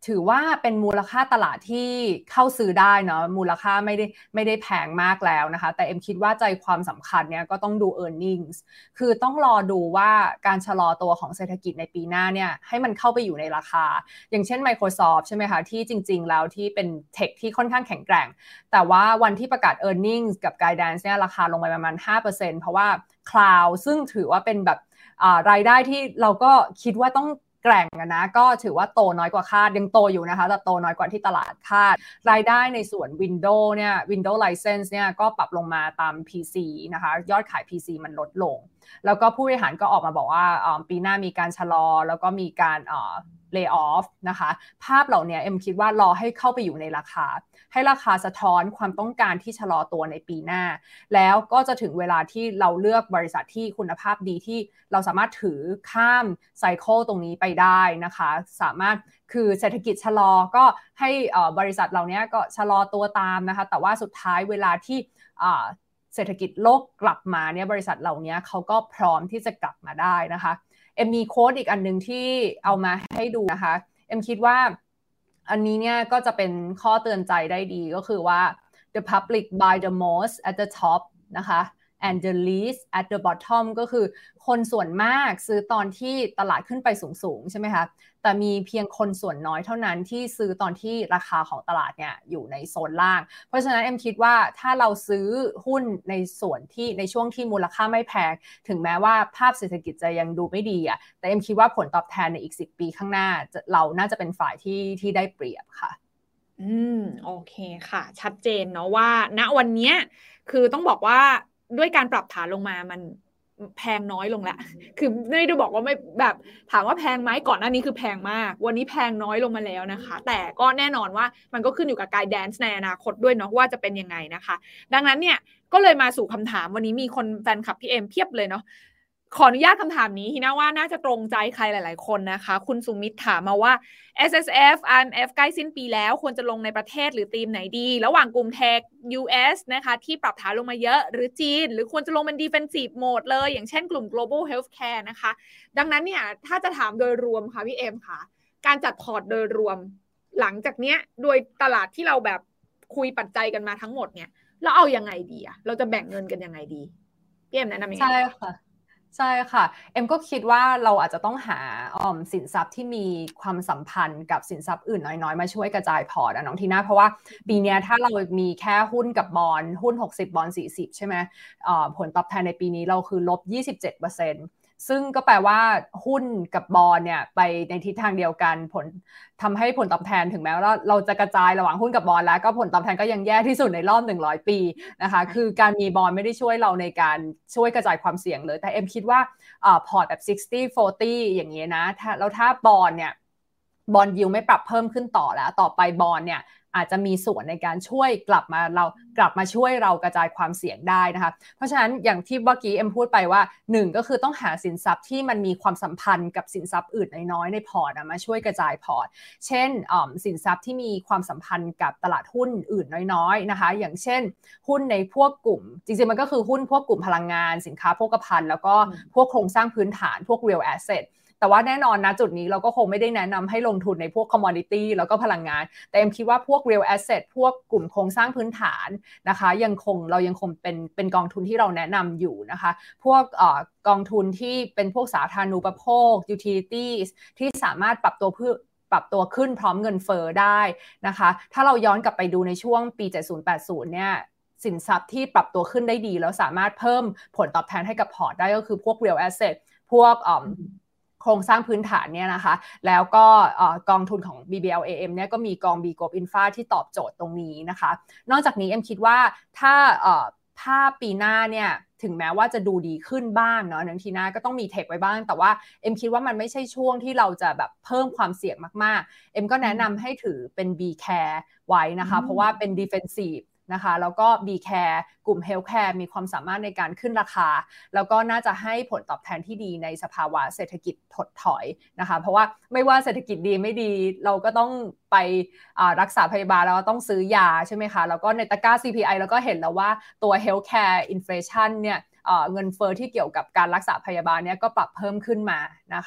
ถือว่าเป็นมูลค่าตลาดที่เข้าซื้อได้เนาะมูลค่าไม่ได้ไม่ได้แพงมากแล้วนะคะแต่เอ็มคิดว่าใจความสำคัญเนี่ยก็ต้องดู earnings คือต้องรอดูว่าการชะลอตัวของเศรษฐกิจในปีหน้าเนี่ยให้มันเข้าไปอยู่ในราคาอย่างเช่น Microsoft ใช่ไหมคะที่จริงๆแล้วที่เป็นเทคที่ค่อนข้างแข็งแกร่งแต่ว่าวันที่ประกาศ earnings กับ guidance เนี่ยราคาลงไปประมาณ ห้าเปอร์เซ็นต์ เพราะว่า cloud ซึ่งถือว่าเป็นแบบรายได้ที่เราก็คิดว่าต้องแกร่งนะก็ถือว่าโตน้อยกว่าคาดยังโตอยู่นะคะแต่โตน้อยกว่าที่ตลาดคาดรายได้ในส่วน Windows เนี่ย Windows License เนี่ยก็ปรับลงมาตาม พี ซี นะคะยอดขาย พี ซี มันลดลงแล้วก็ผู้บริหารก็ออกมาบอกว่าปีหน้ามีการชะลอแล้วก็มีการเอ่อ lay off นะคะภาพเหล่านี้เอ็มคิดว่ารอให้เข้าไปอยู่ในราคาให้ราคาสะท้อนความต้องการที่ชะลอตัวในปีหน้าแล้วก็จะถึงเวลาที่เราเลือกบริษัทที่คุณภาพดีที่เราสามารถถือข้ามไซเคิลตรงนี้ไปได้นะคะสามารถคือเศรษฐกิจชะลอก็ให้บริษัทเหล่านี้ก็ชะลอตัวตามนะคะแต่ว่าสุดท้ายเวลาที่เศรษฐกิจโลกกลับมาเนี่ยบริษัทเหล่านี้เขาก็พร้อมที่จะกลับมาได้นะคะเอ็มมีโค้ดอีกอันนึงที่เอามาให้ดูนะคะเอ็มคิดว่าอันนี้เนี่ยก็จะเป็นข้อเตือนใจได้ดีก็คือว่า the public buy the most at the top นะคะ and the least at the bottom ก็คือคนส่วนมากซื้อตอนที่ตลาดขึ้นไปสูงๆใช่ไหมคะแต่มีเพียงคนส่วนน้อยเท่านั้นที่ซื้อตอนที่ราคาของตลาดเนี่ยอยู่ในโซนล่างเพราะฉะนั้นเอ็มคิดว่าถ้าเราซื้อหุ้นในส่วนที่ในช่วงที่มูลค่าไม่แพงถึงแม้ว่าภาพเศรษฐกิจจะยังดูไม่ดีอ่ะแต่เอ็มคิดว่าผลตอบแทนในอีกสิบปีข้างหน้าเราน่าจะเป็นฝ่ายที่ที่ได้เปรียบค่ะอืมโอเคค่ะชัดเจนเนาะว่าณวันนี้คือต้องบอกว่าด้วยการปรับฐานลงมามันแพงน้อยลงแล้วคือไม่ได้บอกว่าไม่แบบถามว่าแพงไหมก่อนหน้านี้คือแพงมากวันนี้แพงน้อยลงมาแล้วนะคะแต่ก็แน่นอนว่ามันก็ขึ้นอยู่กับไกด์แดนซ์ในอนาคตด้วยเนาะว่าจะเป็นยังไงนะคะดังนั้นเนี่ยก็เลยมาสู่คำถามวันนี้มีคนแฟนคลับพี่เอ็มเพียบเลยเนาะขออนุญาตคำถามนี้ทีนะว่าน่าจะตรงใจใครหลายๆคนนะคะคุณสุมิตรถามมาว่า เอส เอส เอฟ อาร์ เอ็ม เอฟ ใกล้สิ้นปีแล้วควรจะลงในประเทศหรือธีมไหนดีระหว่างกลุ่มเทค ยู เอส นะคะที่ปรับฐานลงมาเยอะหรือจีนหรือควรจะลงเป็น defensive mode เลยอย่างเช่นกลุ่ม global healthcare นะคะดังนั้นเนี่ยถ้าจะถามโดยรวมค่ะพี่เอ็มค่ะการจัดพอร์ตโดยรวมหลังจากเนี้ยโดยตลาดที่เราแบบคุยปัจจัยกันมาทั้งหมดเนี่ยเราเอายังไงดีอะเราจะแบ่งเงินกันยังไงดีพี่เอ็มแนะนำยังไงใช่ค่ะใช่ค่ะเอ็มก็คิดว่าเราอาจจะต้องหาออมสินทรัพย์ที่มีความสัมพันธ์กับสินทรัพย์อื่นน้อยๆมาช่วยกระจายพอร์ตน้องทีน่าเพราะว่าปีนี้ถ้าเรามีแค่หุ้นกับบอนด์หุ้นหกสิบบอนด์สี่สิบใช่ไหมผลตอบแทนในปีนี้เราคือลบ ยี่สิบเจ็ดเปอร์เซ็นต์ซึ่งก็แปลว่าหุ้นกับบอนด์เนี่ยไปในทิศทางเดียวกันผลทำให้ผลตอบแทนถึงแม้ว่าเราจะกระจายระหว่างหุ้นกับบอนด์แล้วก็ผลตอบแทนก็ยังแย่ที่สุดในรอบหนึ่งร้อยปีนะคะคือการมีบอนด์ไม่ได้ช่วยเราในการช่วยกระจายความเสี่ยงเลยแต่เอ็มคิดว่าอ่าพอร์ตแบบ sixty forty อย่างเงี้ยนะถ้าแล้วถ้าบอนด์เนี่ยบอนด์ยิลด์ไม่ปรับเพิ่มขึ้นต่อแล้วต่อไปบอนด์เนี่ยอาจจะมีส่วนในการช่วยกลับมาเรากลับมาช่วยเรากระจายความเสี่ยงได้นะคะเพราะฉะนั้นอย่างที่เมื่อกี้เอ็มพูดไปว่าหนึ่งก็คือต้องหาสินทรัพย์ที่มันมีความสัมพันธ์กับสินทรัพย์อื่นน้อยๆในพอร์ตมาช่วยกระจายพอร์ตเช่นสินทรัพย์ที่มีความสัมพันธ์กับตลาดหุ้นอื่นน้อยๆนะคะอย่างเช่นหุ้นในพวกกลุ่มจริงๆมันก็คือหุ้นพวกกลุ่มพลังงานสินค้าโภคภัณฑ์แล้วก็พวกโครงสร้างพื้นฐานพวก real assetแต่ว่าแน่นอนนะจุดนี้เราก็คงไม่ได้แนะนำให้ลงทุนในพวก commodity แล้วก็พลังงานแต่เอ็มคิดว่าพวก real asset พวกกลุ่มโครงสร้างพื้นฐานนะคะยังคงเรายังคงเป็นเป็นกองทุนที่เราแนะนำอยู่นะคะพวกเอ่อกองทุนที่เป็นพวกสาธารณูปโภค utilities ที่สามารถปรับตัวเพื่อปรับตัวขึ้นพร้อมเงินเฟ้อได้นะคะถ้าเราย้อนกลับไปดูในช่วงปีเจ็ดสิบ แปดสิบเนี่ยสินทรัพย์ที่ปรับตัวขึ้นได้ดีแล้วสามารถเพิ่มผลตอบแทนให้กับพอร์ตได้ก็คือพวก real asset พวกเอ่อโครงสร้างพื้นฐานเนี่ยนะคะแล้วก็กองทุนของ บี บี แอล เอ เอ็ม เนี่ยก็มีกอง B Group Infra ที่ตอบโจทย์ตรงนี้นะคะนอกจากนี้เอ็มคิดว่าถ้าภาพปีหน้าเนี่ยถึงแม้ว่าจะดูดีขึ้นบ้างเนาะนังทีหน้าก็ต้องมีเทคไว้บ้างแต่ว่าเอ็มคิดว่ามันไม่ใช่ช่วงที่เราจะแบบเพิ่มความเสี่ยงมากๆเอ็มก็แนะนำให้ถือเป็น B Care ไว้นะคะเพราะว่าเป็น defensiveนะคะแล้วก็ B Care กลุ่ม Healthcare มีความสามารถในการขึ้นราคาแล้วก็น่าจะให้ผลตอบแทนที่ดีในสภาวะเศรษฐกิจถดถอยนะคะเพราะว่าไม่ว่าเศรษฐกิจดีไม่ดีเราก็ต้องไปรักษาพยาบาลแล้วก็ต้องซื้อยาใช่ไหมคะแล้วก็ในตะกร้า ซี พี ไอ แล้วก็เห็นแล้วว่าตัว Healthcare Inflation เนี่ยเงินเฟ้อที่เกี่ยวกับการรักษาพยาบาลเนี่ยก็ปรับเพิ่มขึ้นมานะคะ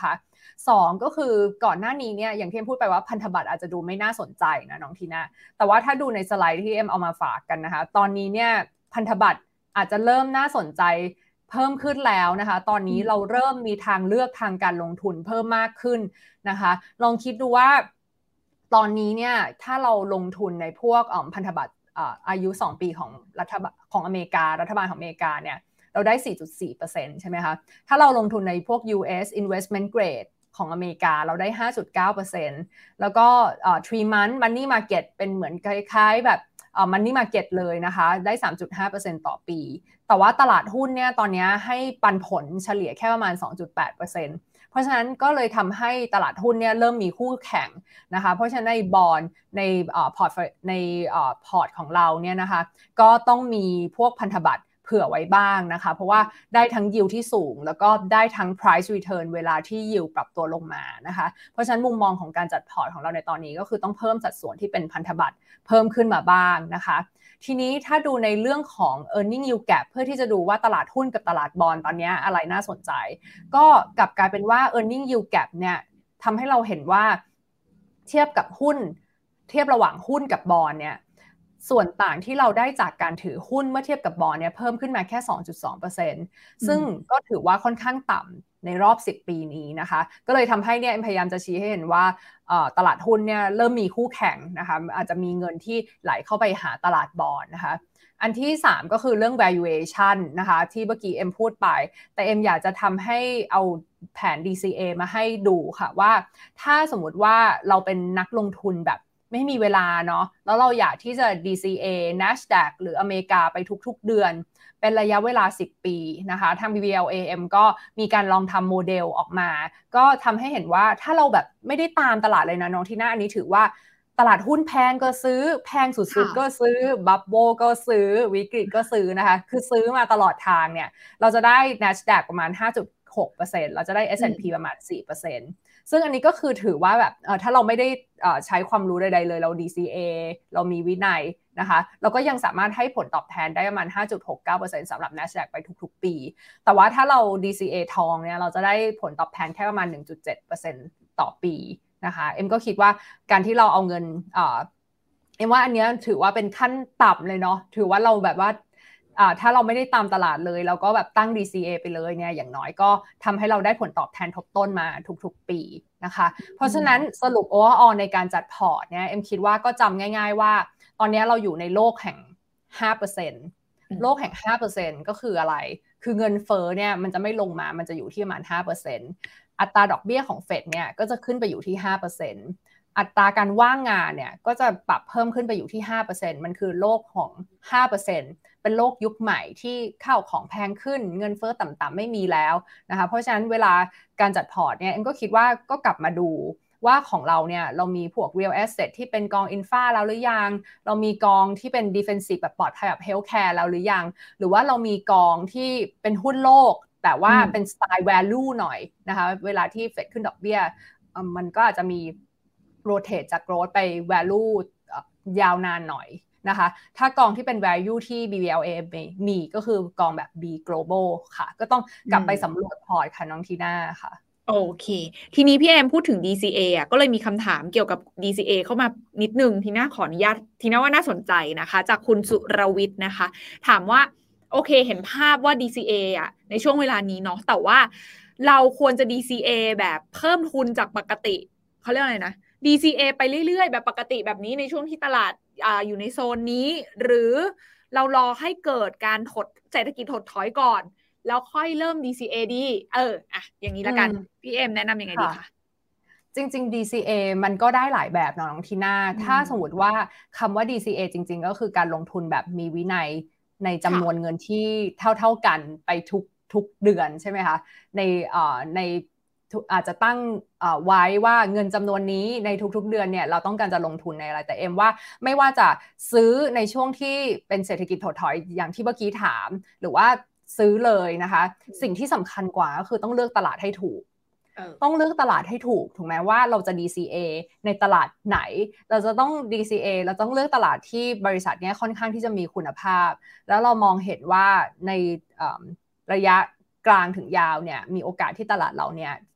สองก็คือก่อนหน้านี้เนี่ยอย่างที่เอ็มพูดไปว่าพันธบัตรอาจจะดูไม่น่าสนใจนะน้องทีน่าแต่ว่าถ้าดูในสไลด์ที่เอ็มเอามาฝากกันนะคะตอนนี้เนี่ยพันธบัตรอาจจะเริ่มน่าสนใจเพิ่มขึ้นแล้วนะคะตอนนี้เราเริ่มมีทางเลือกทางการลงทุนเพิ่มมากขึ้นนะคะลองคิดดูว่าตอนนี้เนี่ยถ้าเราลงทุนในพวกพันธบัตรอายุสองปีของรัฐบาลของอเมริการัฐบาลของอเมริกาเนี่ยเราได้ สี่จุดสี่เปอร์เซ็นต์ ใช่ไหมคะถ้าเราลงทุนในพวก ยู เอส investment grade ของอเมริกาเราได้ ห้าจุดเก้าเปอร์เซ็นต์ แล้วก็ three month money market เป็นเหมือนคล้ายๆแบบmoney market เลยนะคะได้ สามจุดห้าเปอร์เซ็นต์ ต่อปีแต่ว่าตลาดหุ้นเนี่ยตอนนี้ให้ปันผลเฉลี่ยแค่ประมาณ สองจุดแปดเปอร์เซ็นต์ เพราะฉะนั้นก็เลยทำให้ตลาดหุ้นเนี่ยเริ่มมีคู่แข่งนะคะเพราะฉะนั้นในบอนด์ในพอร์ตในพอร์ตของเราเนี่ยนะคะก็ต้องมีพวกพันธบัตรเผื่อไว้บ้างนะคะเพราะว่าได้ทั้ง yield ที่สูงแล้วก็ได้ทั้ง price return เวลาที่ yield ปรับตัวลงมานะคะเพราะฉะนั้นมุมมองของการจัดพอร์ตของเราในตอนนี้ก็คือต้องเพิ่มสัดส่วนที่เป็นพันธบัตรเพิ่มขึ้นมาบ้างนะคะทีนี้ถ้าดูในเรื่องของ earning yield gap เพื่อที่จะดูว่าตลาดหุ้นกับตลาดบอนด์ตอนนี้อะไรน่าสนใจก็กลับกลายเป็นว่า earning yield gap เนี่ยทำให้เราเห็นว่าเทียบกับหุ้นเทียบระหว่างหุ้นกับบอนด์เนี่ยส่วนต่างที่เราได้จากการถือหุ้นเมื่อเทียบกับบอนด์เนี่ยเพิ่มขึ้นมาแค่ สองจุดสองเปอร์เซ็นต์ ซึ่งก็ถือว่าค่อนข้างต่ำในรอบสิบปีนี้นะคะก็เลยทำให้เนี่ยพยายามจะชี้ให้เห็นว่าตลาดหุ้นเนี่ยเริ่มมีคู่แข่งนะคะอาจจะมีเงินที่ไหลเข้าไปหาตลาดบอนด์นะคะอันที่สามก็คือเรื่อง valuation นะคะที่เมื่อกี้เอ็มพูดไปแต่เอ็มอยากจะทำให้เอาแผน ดี ซี เอ มาให้ดูค่ะว่าถ้าสมมุติว่าเราเป็นนักลงทุนแบบไม่มีเวลาเนาะแล้วเราอยากที่จะ ดี ซี เอ NASDAQ หรืออเมริกาไปทุกๆเดือนเป็นระยะเวลาสิบปีนะคะทาง บี บี แอล เอ เอ็ม ก็มีการลองทำโมเดลออกมาก็ทำให้เห็นว่าถ้าเราแบบไม่ได้ตามตลาดเลยนะน้องที่หน้าอันนี้ถือว่าตลาดหุ้นแพงก็ซื้อแพงสุดๆก็ซื้อบับเบิ้ลก็ซื้อวิกฤตก็ซื้อนะคะคือซื้อมาตลอดทางเนี่ยเราจะได้ NASDAQ ประมาณ ห้าจุดหกเปอร์เซ็นต์ เราจะได้ เอส แอนด์ พี ประมาณ สี่เปอร์เซ็นต์ ซึ่งอันนี้ก็คือถือว่าแบบเออถ้าเราไม่ได้ใช้ความรู้ใดๆเลยเรา ดี ซี เอ เรามีวินัยนะคะเราก็ยังสามารถให้ผลตอบแทนได้ประมาณ ห้าจุดหกเก้าเปอร์เซ็นต์ สำหรับ NASDAQ ไปทุกๆปีแต่ว่าถ้าเรา ดี ซี เอ ทองเนี่ยเราจะได้ผลตอบแทนแค่ประมาณ หนึ่งจุดเจ็ดเปอร์เซ็นต์ ต่อปีนะคะเอ็มก็คิดว่าการที่เราเอาเงินเอ่อเอ็มว่าอันนี้ถือว่าเป็นขั้นต่ำเลยเนาะถือว่าเราแบบว่าอ่าถ้าเราไม่ได้ตามตลาดเลยเราก็แบบตั้ง ดี ซี เอ ไปเลยเนี่ยอย่างน้อยก็ทำให้เราได้ผลตอบแทนทบต้นมาทุกๆปีนะคะเพราะฉะนั้นสรุป overall ในการจัดพอร์ตเนี่ยเอ็มคิดว่าก็จำง่ายๆว่าตอนนี้เราอยู่ในโลกแห่ง ห้าเปอร์เซ็นต์ โลกแห่ง ห้าเปอร์เซ็นต์ ก็คืออะไรคือเงินเฟ้อเนี่ยมันจะไม่ลงมามันจะอยู่ที่ประมาณ ห้าเปอร์เซ็นต์ อัตราดอกเบี้ยของเฟดเนี่ยก็จะขึ้นไปอยู่ที่ ห้าเปอร์เซ็นต์อัตราการว่างงานเนี่ยก็จะปรับเพิ่มขึ้นไปอยู่ที่ ห้าเปอร์เซ็นต์ มันคือโลกของ ห้าเปอร์เซ็นต์ เป็นโลกยุคใหม่ที่ข้าวของแพงขึ้นเงินเฟ้อต่ำๆไม่มีแล้วนะคะเพราะฉะนั้นเวลาการจัดพอร์ตเนี่ยเอ็มก็คิดว่าก็กลับมาดูว่าของเราเนี่ยเรามีพวก real asset ที่เป็นกอง infra แล้วหรือยังเรามีกองที่เป็น defensive แบบปลอดภัยแบบ healthcare แล้วหรือยังหรือว่าเรามีกองที่เป็นหุ้นโลกแต่ว่าเป็นสไตล์ value หน่อยนะคะเวลาที่เฟดขึ้นดอกเบี้ยมันก็อาจจะมีrotate จาก growth ไป value ยาวนานหน่อยนะคะถ้ากองที่เป็น value ที่ บี บี แอล เอ มีก็คือกองแบบ B Global ค่ะก็ต้องกลับไปสำรวจพอร์ตค่ะน้องทีน่าค่ะโอเคทีนี้พี่แอมพูดถึง ดี ซี เอ อ่ะก็เลยมีคำถามเกี่ยวกับ ดี ซี เอ เข้ามานิดนึงทีน่าขออนุญาตทีน่าว่าน่าสนใจนะคะจากคุณสุรวิทย์นะคะถามว่าโอเคเห็นภาพว่า ดี ซี เอ อ่ะในช่วงเวลานี้เนาะแต่ว่าเราควรจะ ดี ซี เอ แบบเพิ่มทุนจากปกติเขาเรียกอะไรนะ ดี ซี เอ ไปเรื่อยๆแบบปกติแบบนี้ในช่วงที่ตลาด อ, อยู่ในโซนนี้หรือเรารอให้เกิดการถดเศรษฐกิจถดถอยก่อนแล้วค่อยเริ่ม ดี ซี เอ ดีเอออ่ะอย่างนี้ละกันพี่เอ็มแนะนำยังไงดีคะจริงๆ ดี ซี เอ มันก็ได้หลายแบบเนาะน้องทีน่าถ้าสมมติว่าคำว่า ดี ซี เอ จริงๆก็คือการลงทุนแบบมีวินัยในจำนวนเงินที่เท่าๆกันไปทุกทุกเดือนใช่ไหมคะในเอ่อในอาจจะตั้งไว้ว่าเงินจำนวนนี้ในทุกๆเดือนเนี่ยเราต้องการจะลงทุนในอะไรแต่เอ็มว่าไม่ว่าจะซื้อในช่วงที่เป็นเศรษฐกิจถดถอยอย่างที่เมื่อกี้ถามหรือว่าซื้อเลยนะคะสิ่งที่สำคัญกว่าก็คือต้องเลือกตลาดให้ถูกต้องเลือกตลาดให้ถูกถูกไหมว่าเราจะ ดี ซี เอ ในตลาดไหนเราจะต้อง ดี ซี เอ เราต้องเลือกตลาดที่บริษัทนี้ค่อนข้างที่จะมีคุณภาพแล้วเรามองเห็นว่าในระยะกลางถึงยาวเนี่ยมีโอกาสที่ตลาดเราเนี่ย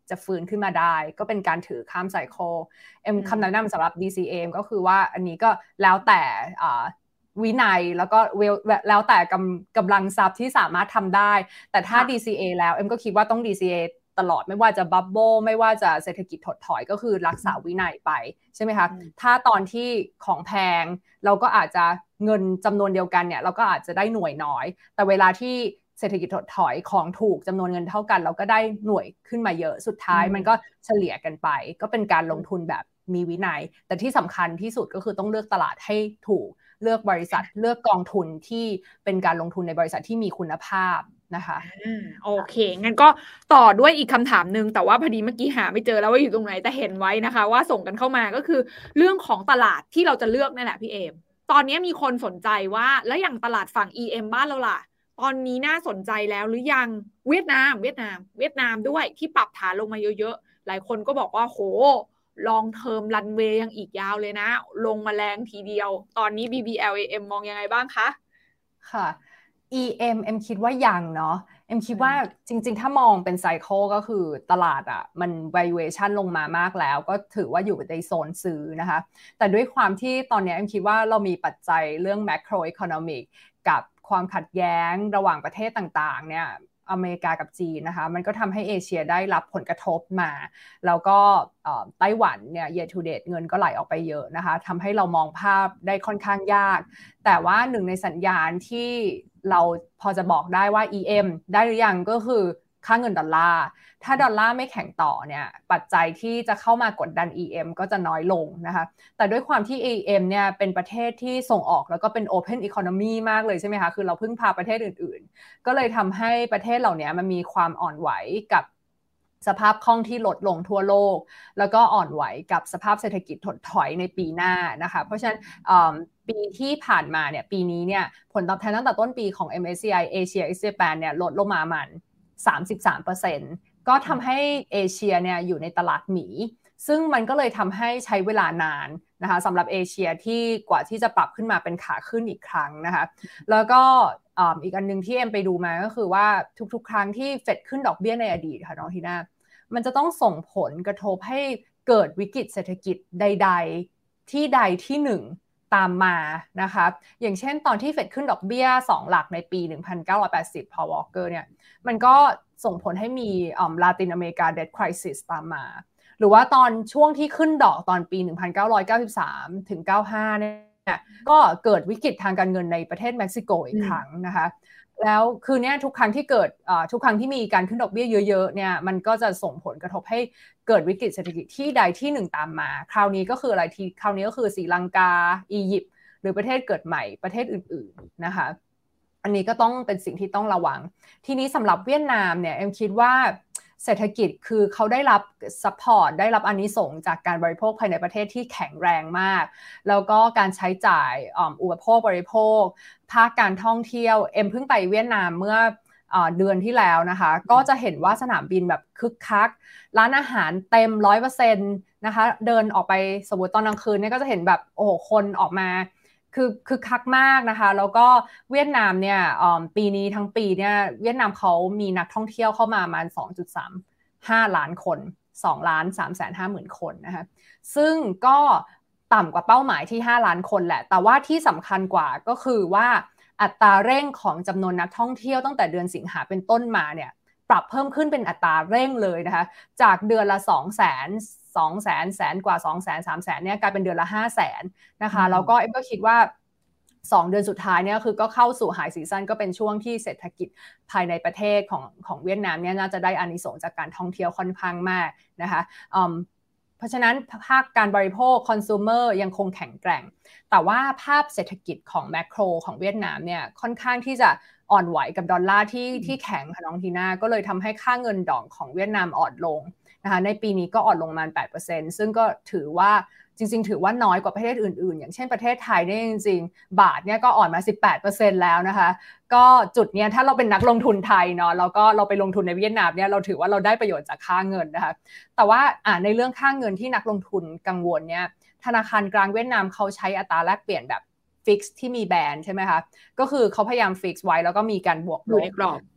จะฟื้นขึ้นมาได้ก็เป็นการถือข้ามไซเคิลเอ็มคำแนะนำสำหรับ ดี ซี เอ ก็คือว่าอันนี้ก็แล้วแต่วินัยแล้วก็แล้วแต่กำกำลังทรัพย์ที่สามารถทำได้แต่ถ้า ดี ซี เอ แล้วเอ็มก็คิดว่าต้อง ดี ซี เอ ตลอดไม่ว่าจะบับเบิ้ลไม่ว่าจะเศรษฐกิจถดถอยก็คือรักษาวินัยไปใช่ไหมคะถ้าตอนที่ของแพงเราก็อาจจะเงินจำนวนเดียวกันเนี่ยเราก็อาจจะได้หน่วยน้อยแต่เวลาที่เศรษฐกิจถดถอยของถูกจำนวนเงินเท่ากันเราก็ได้หน่วยขึ้นมาเยอะสุดท้ายมันก็เฉลี่ยกันไปก็เป็นการลงทุนแบบมีวินัยแต่ที่สำคัญที่สุดก็คือต้องเลือกตลาดให้ถูกเลือกบริษัทเลือกกองทุนที่เป็นการลงทุนในบริษัทที่มีคุณภาพนะคะอ่าโอเคงั้นก็ต่อด้วยอีกคำถามนึงแต่ว่าพอดีเมื่อกี้หาไม่เจอแล้วว่าอยู่ตรงไหนแต่เห็นไว้นะคะว่าส่งกันเข้ามาก็คือเรื่องของตลาดที่เราจะเลือกนั่นแหละพี่เอมตอนนี้มีคนสนใจว่าแล้วอย่างตลาดฝั่ง อี เอ็ม บ้านเราล่ะตอนนี้น่าสนใจแล้วหรือยังเวียดนามเวียดนามเวียดนามด้วยที่ปรับฐานลงมาเยอะๆหลายคนก็บอกว่าโหลองเทอมรันเวย์ยังอีกยาวเลยนะลงมาแรงทีเดียวตอนนี้ บี บี แอล เอ เอ็ม มองยังไงบ้างคะค่ะ อี เอ็ม เอ็มคิดว่ายังเนาะเอ็มคิดว่าจริงๆถ้ามองเป็นไซเคิลก็คือตลาดอ่ะมัน valuation ลงมามากแล้วก็ถือว่าอยู่ในโซนซื้อนะคะแต่ด้วยความที่ตอนนี้เอ็มคิดว่าเรามีปัจจัยเรื่อง macro economic กับความขัดแย้งระหว่างประเทศต่างๆเนี่ยอเมริกากับจีนนะคะมันก็ทำให้เอเชียได้รับผลกระทบมาแล้วก็ไต้หวันเนี่ย year to date เงินก็ไหลออกไปเยอะนะคะทำให้เรามองภาพได้ค่อนข้างยากแต่ว่าหนึ่งในสัญญาณที่เราพอจะบอกได้ว่า อี เอ็ม ได้หรือยังก็คือค่าเงินดอลลาร์ถ้าดอลลาร์ไม่แข็งต่อเนี่ยปัจจัยที่จะเข้ามากดดัน อี เอ็ม ก็จะน้อยลงนะคะแต่ด้วยความที่ อี เอ็ม เนี่ยเป็นประเทศที่ส่งออกแล้วก็เป็น Open Economy มากเลยใช่ไหมคะคือเราพึ่งพาประเทศอื่นๆก็เลยทำให้ประเทศเหล่านี้มันมีความอ่อนไหวกับสภาพคล่องที่ลดลงทั่วโลกแล้วก็อ่อนไหวกับสภาพเศรษฐกิจถดถอยในปีหน้านะคะเพราะฉะนั้นปีที่ผ่านมาเนี่ยปีนี้เนี่ยผลตอบแทนตั้งแต่ต้นปีของ เอ็ม เอส ซี ไอ Asia Ex Japan เนี่ยลดลงมามัน สามสิบสามเปอร์เซ็นต์ ก็ทำให้เอเชียเนี่ยอยู่ในตลาดหมีซึ่งมันก็เลยทำให้ใช้เวลานานนะคะสำหรับเอเชียที่กว่าที่จะปรับขึ้นมาเป็นขาขึ้นอีกครั้งนะคะแล้วก็อีกอันนึงที่เอ็มไปดูมาก็คือว่าทุกๆครั้งที่เฟดขึ้นดอกเบี้ยในอดีตค่ะน้องทีน่ามันจะต้องส่งผลกระทบให้เกิดวิกฤตเศรษฐกิจใดๆที่ใดที่หนึ่งตามมานะคะอย่างเช่นตอนที่เฟดขึ้นดอกเบี้ยสองหลักในปีหนึ่งพันเก้าร้อยแปดสิบพอวอลเกอร์เนี่ยมันก็ส่งผลให้มีลาตินอเมริกา debt crisis ตามมาหรือว่าตอนช่วงที่ขึ้นดอกตอนปีหนึ่งพันเก้าร้อยเก้าสิบสามถึงเก้าสิบห้าเนี่ยก็เกิดวิกฤตทางการเงินในประเทศเม็กซิโกอีกครั้งนะคะแล้วคือเนี่ยทุกครั้งที่เกิดทุกครั้งที่มีการขึ้นดอกเบี้ยเยอะๆเนี่ยมันก็จะส่งผลกระทบให้เกิดวิกฤตเศรษฐกิจที่ใดที่หนึ่งตามมาคราวนี้ก็คืออะไรทีคราวนี้ก็คือศรีลังกาอียิปต์หรือประเทศเกิดใหม่ประเทศอื่นๆนะคะอันนี้ก็ต้องเป็นสิ่งที่ต้องระวังทีนี้สำหรับเวียดนามเนี่ยเอ็มคิดว่าเศรษฐกิจคือเขาได้รับซัพพอร์ตได้รับอานิสงส์จากการบริโภคภายในประเทศที่แข็งแรงมากแล้วก็การใช้จ่ายอุปโภคบริโภคภาคการท่องเที่ยวเอ็มเพิ่งไปเวียดนามเมื่อเดือนที่แล้วนะคะก็จะเห็นว่าสนามบินแบบคึกคักร้านอาหารเต็ม ร้อยเปอร์เซ็นต์ นะคะเดินออกไปสมมติตอนกลางคืนเนี่ยก็จะเห็นแบบโอ้โหคนออกมาคือคือคักมากนะคะแล้วก็เวียดนามเนี่ยปีนี้ทั้งปีเนี่ยเวียดนามเขามีนักท่องเที่ยวเข้ามาประมาณ สองจุดสามห้า ล้านคนสองล้านสามแสนห้าหมื่นคนนะคะซึ่งก็ต่ำกว่าเป้าหมายที่ห้าล้านคนแหละแต่ว่าที่สำคัญกว่าก็คือว่าอัตราเร่งของจำนวนนักท่องเที่ยวตั้งแต่เดือนสิงหาเป็นต้นมาเนี่ยปรับเพิ่มขึ้นเป็นอัตราเร่งเลยนะคะจากเดือนละสองแสนสองแสนแสนกว่าสองแสนสามแสนเนี่ยกลายเป็นเดือนละห้าแสนนะคะแล้วก็เอ็มก็คิดว่าสองเดือนสุดท้ายเนี่ยคือก็เข้าสู่ไฮซีซั่นก็เป็นช่วงที่เศรษฐกิจภายในประเทศของของเวียดนามเนี่ยน่าจะได้อานิสงส์จากการท่องเที่ยวค่อนข้างมากนะคะเพราะฉะนั้นภาคการบริโภคคอน sumer ยังคงแข็งแกร่งแต่ว่าภาพเศรษฐกิจของแมคโครของเวียดนามเนี่ยค่อนข้างที่จะอ่อนไหวกับดอลลาร์ที่ที่แข็งค่ะน้องทีน่าก็เลยทำให้ค่าเงินดองของเวียดนามอ่อนลงนะคะในปีนี้ก็อ่อนลงมา แปดเปอร์เซ็นต์ ซึ่งก็ถือว่าจริงๆถือว่าน้อยกว่าประเทศอื่นๆอย่างเช่นประเทศไทยเนี่ยจริงๆบาทเนี่ยก็อ่อนมา สิบแปดเปอร์เซ็นต์ แล้วนะคะก็จุดเนี้ยถ้าเราเป็นนักลงทุนไทยเนาะแล้วก็เราไปลงทุนในเวียดนามเนี่ยเราถือว่าเราได้ประโยชน์จากค่าเงินนะคะแต่ว่าอ่าในเรื่องค่าเงินที่นักลงทุนกังวลเนี่ยธนาคารกลางเวียดนามเขาใช้อัตราแลกเปลี่ยนแบบฟิกซ์ที่มีแบนด์ใช่ไหมคะก็คือเขาพยายามฟิกซ์ไว้แล้วก็มีการบวกลบ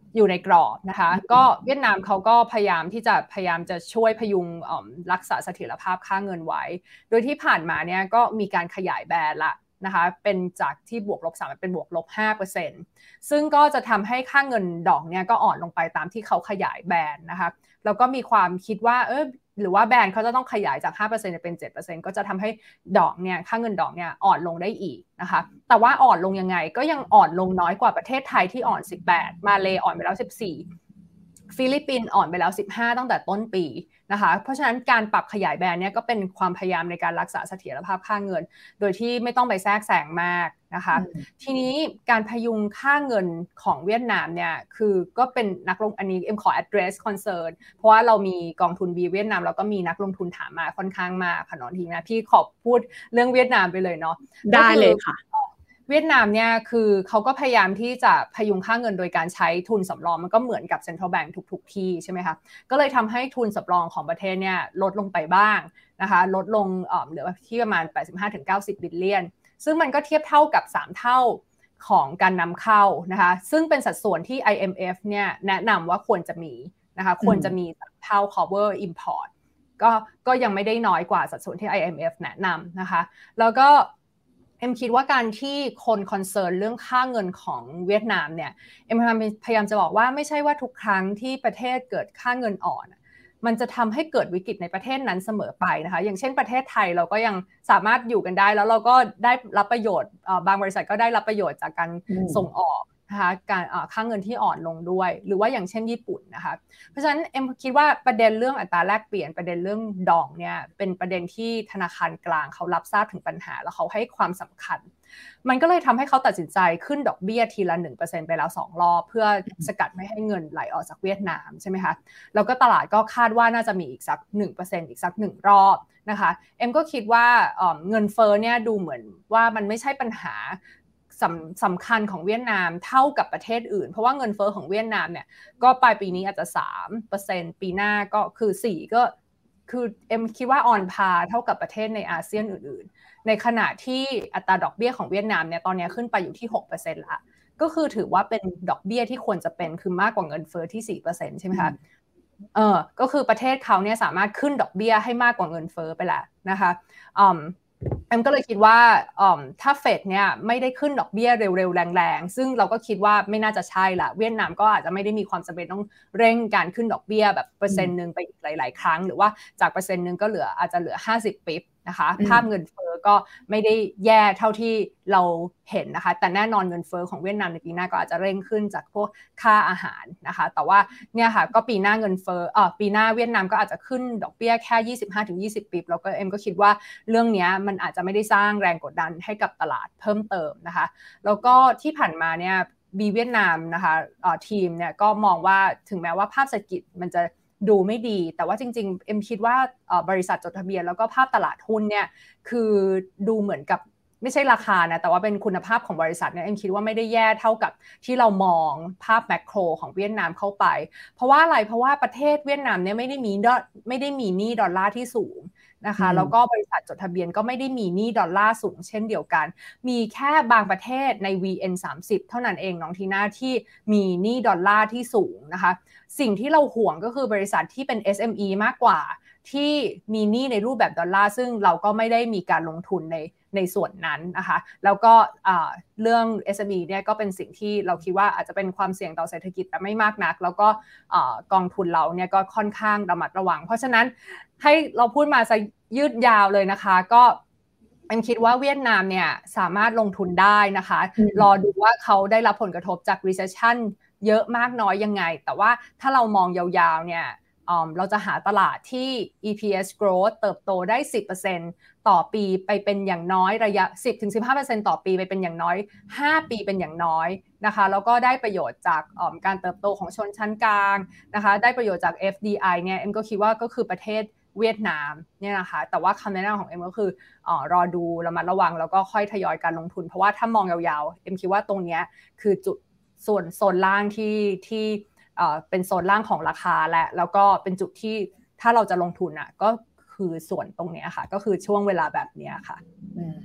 อยู่ในกรอบนะคะก็เวียดนามเขาก็พยายามที่จะพยายามจะช่วยพยุงรักษาเสถียรภาพค่าเงินไว้โดยที่ผ่านมาเนี่ยก็มีการขยายแบนละนะคะเป็นจากที่บวกลบสามเป็นบวกลบ ห้าเปอร์เซ็นต์ ซึ่งก็จะทำให้ค่าเงินดอกเนี่ยก็อ่อนลงไปตามที่เขาขยายแบนนะคะแล้วก็มีความคิดว่าเออหรือว่าแบนเขาจะต้องขยายจาก ห้าเปอร์เซ็นต์ เป็น เจ็ดเปอร์เซ็นต์ ก็จะทำให้ดอกเนี่ยค่าเงินดอกเนี่ยอ่อนลงได้อีกนะคะแต่ว่าอ่อนลงยังไงก็ยังอ่อนลงน้อยกว่าประเทศไทยที่อ่อนสิบแปดมาเลอ่อนไปแล้วสิบสี่ฟิลิปปินส์อ่อนไปแล้วสิบห้าตั้งแต่ต้นปีนะคะเพราะฉะนั้นการปรับขยายแบนเนี่ยก็เป็นความพยายามในการรักษาเสถียรภาพค่าเงินโดยที่ไม่ต้องไปแทรกแซงมากนะคะทีนี้การพยุงค่าเงินของเวียดนามเนี่ยคือก็เป็นนักลงอันนี้เอ็มขอ address concern เพราะว่าเรามีกองทุน B เวียดนามแล้วก็มีนักลงทุนถามมาค่อนข้างมากค่ะน้องทีนะพี่ขอพูดเรื่องเวียดนามไปเลยเนาะได้เลยค่ะเวียดนามเนี่ยคือเขาก็พยายามที่จะพยุงค่าเงินโดยการใช้ทุนสำรองมันก็เหมือนกับ Central Bank ทุกๆที่ใช่ไหมคะก็เลยทำให้ทุนสำรองของประเทศเนี่ยลดลงไปบ้างนะคะลดลงเอ่อเหลือที่ประมาณ แปดสิบห้าถึงเก้าสิบ บิลเลียนซึ่งมันก็เทียบเท่ากับสามเท่าของการนำเข้านะคะซึ่งเป็นสัดส่วนที่ ไอ เอ็ม เอฟ เนี่ยแนะนำว่าควรจะมีนะคะควรจะมีเท่า cover import ก็ก็ยังไม่ได้น้อยกว่าสัดส่วนที่ ไอ เอ็ม เอฟ แนะนำนะคะแล้วก็เอ็มคิดว่าการที่คนคอนเซิร์นเรื่องค่าเงินของเวียดนามเนี่ยเอ็มพยายามจะบอกว่าไม่ใช่ว่าทุกครั้งที่ประเทศเกิดค่าเงินอ่อนมันจะทำให้เกิดวิกฤตในประเทศนั้นเสมอไปนะคะอย่างเช่นประเทศไทยเราก็ยังสามารถอยู่กันได้แล้วเราก็ได้รับประโยชน์บางบริษัทก็ได้รับประโยชน์จากการส่งออกนะคะการค่าเงินที่อ่อนลงด้วยหรือว่าอย่างเช่นญี่ปุ่นนะคะเพราะฉะนั้นเอ็มคิดว่าประเด็นเรื่องอัตราแลกเปลี่ยนประเด็นเรื่องดองเนี่ยเป็นประเด็นที่ธนาคารกลางเขารับทราบถึงปัญหาแล้วเขาให้ความสำคัญมันก็เลยทำให้เขาตัดสินใจขึ้นดอกเบี้ยทีละ หนึ่งเปอร์เซ็นต์ ไปแล้วสองรอบเพื่อสกัดไม่ให้เงินไหลออกจากเวียดนามใช่ไหมคะแล้วก็ตลาดก็คาดว่าน่าจะมีอีกสัก หนึ่งเปอร์เซ็นต์ อีกสักหนึ่งรอบนะคะเอ็มก็คิดว่าเงินเฟ้อเนี่ยดูเหมือนว่ามันไม่ใช่ปัญหาสำสำคัญของเวียดนามเท่ากับประเทศอื่นเพราะว่าเงินเฟ้อของเวียดนามเนี่ยก็ปลายปีนี้อาจจะ สามเปอร์เซ็นต์ ปีหน้าก็คือสี่ก็คือเอ็มคิดว่าออนพาเท่ากับประเทศในอาเซียนอื่นๆในขณะที่อัตราดอกเบี้ยของเวียดนามเนี่ยตอนนี้ขึ้นไปอยู่ที่ หกเปอร์เซ็นต์ ละก็คือถือว่าเป็นดอกเบี้ยที่ควรจะเป็นคือมากกว่าเงินเฟ้อที่ สี่เปอร์เซ็นต์ ใช่ไหมคะเออก็คือประเทศเขาเนี่ยสามารถขึ้นดอกเบี้ยให้มากกว่าเงินเฟ้อไปแล้วนะคะอืมเอ็มก็เลยคิดว่าถ้าเฟดเนี่ยไม่ได้ขึ้นดอกเบี้ยเร็วๆแรงๆซึ่งเราก็คิดว่าไม่น่าจะใช่ละเวียดนามก็อาจจะไม่ได้มีความจำเป็นต้องเร่งการขึ้นดอกเบี้ยแบบเปอร์เซ็นต์นึงไปอีกหลายๆครั้งหรือว่าจากเปอร์เซ็นต์นึงก็เหลืออาจจะเหลือห้าสิบปิ๊บนะคะภาพเงินเฟ้อก็ไม่ได้แย่เท่าที่เราเห็นนะคะแต่แน่นอนเงินเฟ้อของเวียดนามในปีหน้าก็อาจจะเร่งขึ้นจากพวกค่าอาหารนะคะแต่ว่าเนี่ยค่ะก็ปีหน้าเงินเฟ้อเอ่อปีหน้าเวียดนามก็อาจจะขึ้นดอกเบี้ยแค่ ยี่สิบห้าถึงยี่สิบ ปิ๊บแล้วก็เอ็มก็คิดว่าเรื่องนี้มันอาจจะไม่ได้สร้างแรงกดดันให้กับตลาดเพิ่มเติมนะคะแล้วก็ที่ผ่านมาเนี่ยบีเวียดนามนะคะทีมเนี่ยก็มองว่าถึงแม้ว่าภาพเศรษฐกิจมันจะดูไม่ดีแต่ว่าจริงๆเอ็มคิดว่าบริษัทจดทะเบียนแล้วก็ภาพตลาดหุ้นเนี่ยคือดูเหมือนกับไม่ใช่ราคานะแต่ว่าเป็นคุณภาพของบริษัทเนี่ยเอ็มคิดว่าไม่ได้แย่เท่ากับที่เรามองภาพแมคโครของเวียดนามเข้าไปเพราะว่าอะไรเพราะว่าประเทศเวียดนามเนี่ยไม่ได้มีไม่ได้มีหนี้ดอลลาร์ที่สูงนะคะแล้วก็บริษัทจดทะเบียนก็ไม่ได้มีหนี้ดอลลาร์สูงเช่นเดียวกันมีแค่บางประเทศใน วี เอ็น สามสิบ เท่านั้นเองน้องทีน่าที่มีหนี้ดอลลาร์ที่สูงนะคะสิ่งที่เราห่วงก็คือบริษัทที่เป็น เอส เอ็ม อี มากกว่าที่มีหนี้ในรูปแบบดอลลาร์ซึ่งเราก็ไม่ได้มีการลงทุนในในส่วนนั้นนะคะแล้วก็เรื่อง เอส เอ็ม อี เนี่ยก็เป็นสิ่งที่เราคิดว่าอาจจะเป็นความเสี่ยงต่อเศรษฐกิจแต่ไม่มากนักแล้วก็กองทุนเราเนี่ยก็ค่อนข้างระมัดระวังเพราะฉะนั้นให้เราพูดมาจะยืดยาวเลยนะคะก็เอ็มคิดว่าเวียดนามเนี่ยสามารถลงทุนได้นะคะรอดูว่าเขาได้รับผลกระทบจาก recession เยอะมากน้อยยังไงแต่ว่าถ้าเรามองยาวๆเนี่ยเราจะหาตลาดที่ อี พี เอส growth เติบโตได้ สิบเปอร์เซ็นต์ ต่อปีไปเป็นอย่างน้อยระยะ สิบถึงสิบห้าเปอร์เซ็นต์ ต่อปีไปเป็นอย่างน้อยห้าปีเป็นอย่างน้อยนะคะแล้วก็ได้ประโยชน์จากการเติบโตของชนชั้นกลางนะคะได้ประโยชน์จาก เอฟ ดี ไอ เนี่ยเอ็มก็คิดว่าก็คือประเทศเวียดนามเนี่ยนะคะแต่ว่าคำแนะนำของเอ็มก็คือเอ่อรอดูระมัดระวังแล้วก็ค่อยทยอยการลงทุนเพราะว่าถ้ามองยาวๆเอ็มคิดว่าตรงนี้คือจุดส่วนโซนล่างที่ที่เอ่อเป็นโซนล่างของราคาและแล้วก็เป็นจุดที่ถ้าเราจะลงทุนอ่ะก็คือส่วนตรงนี้ค่ะก็คือช่วงเวลาแบบนี้ค่ะ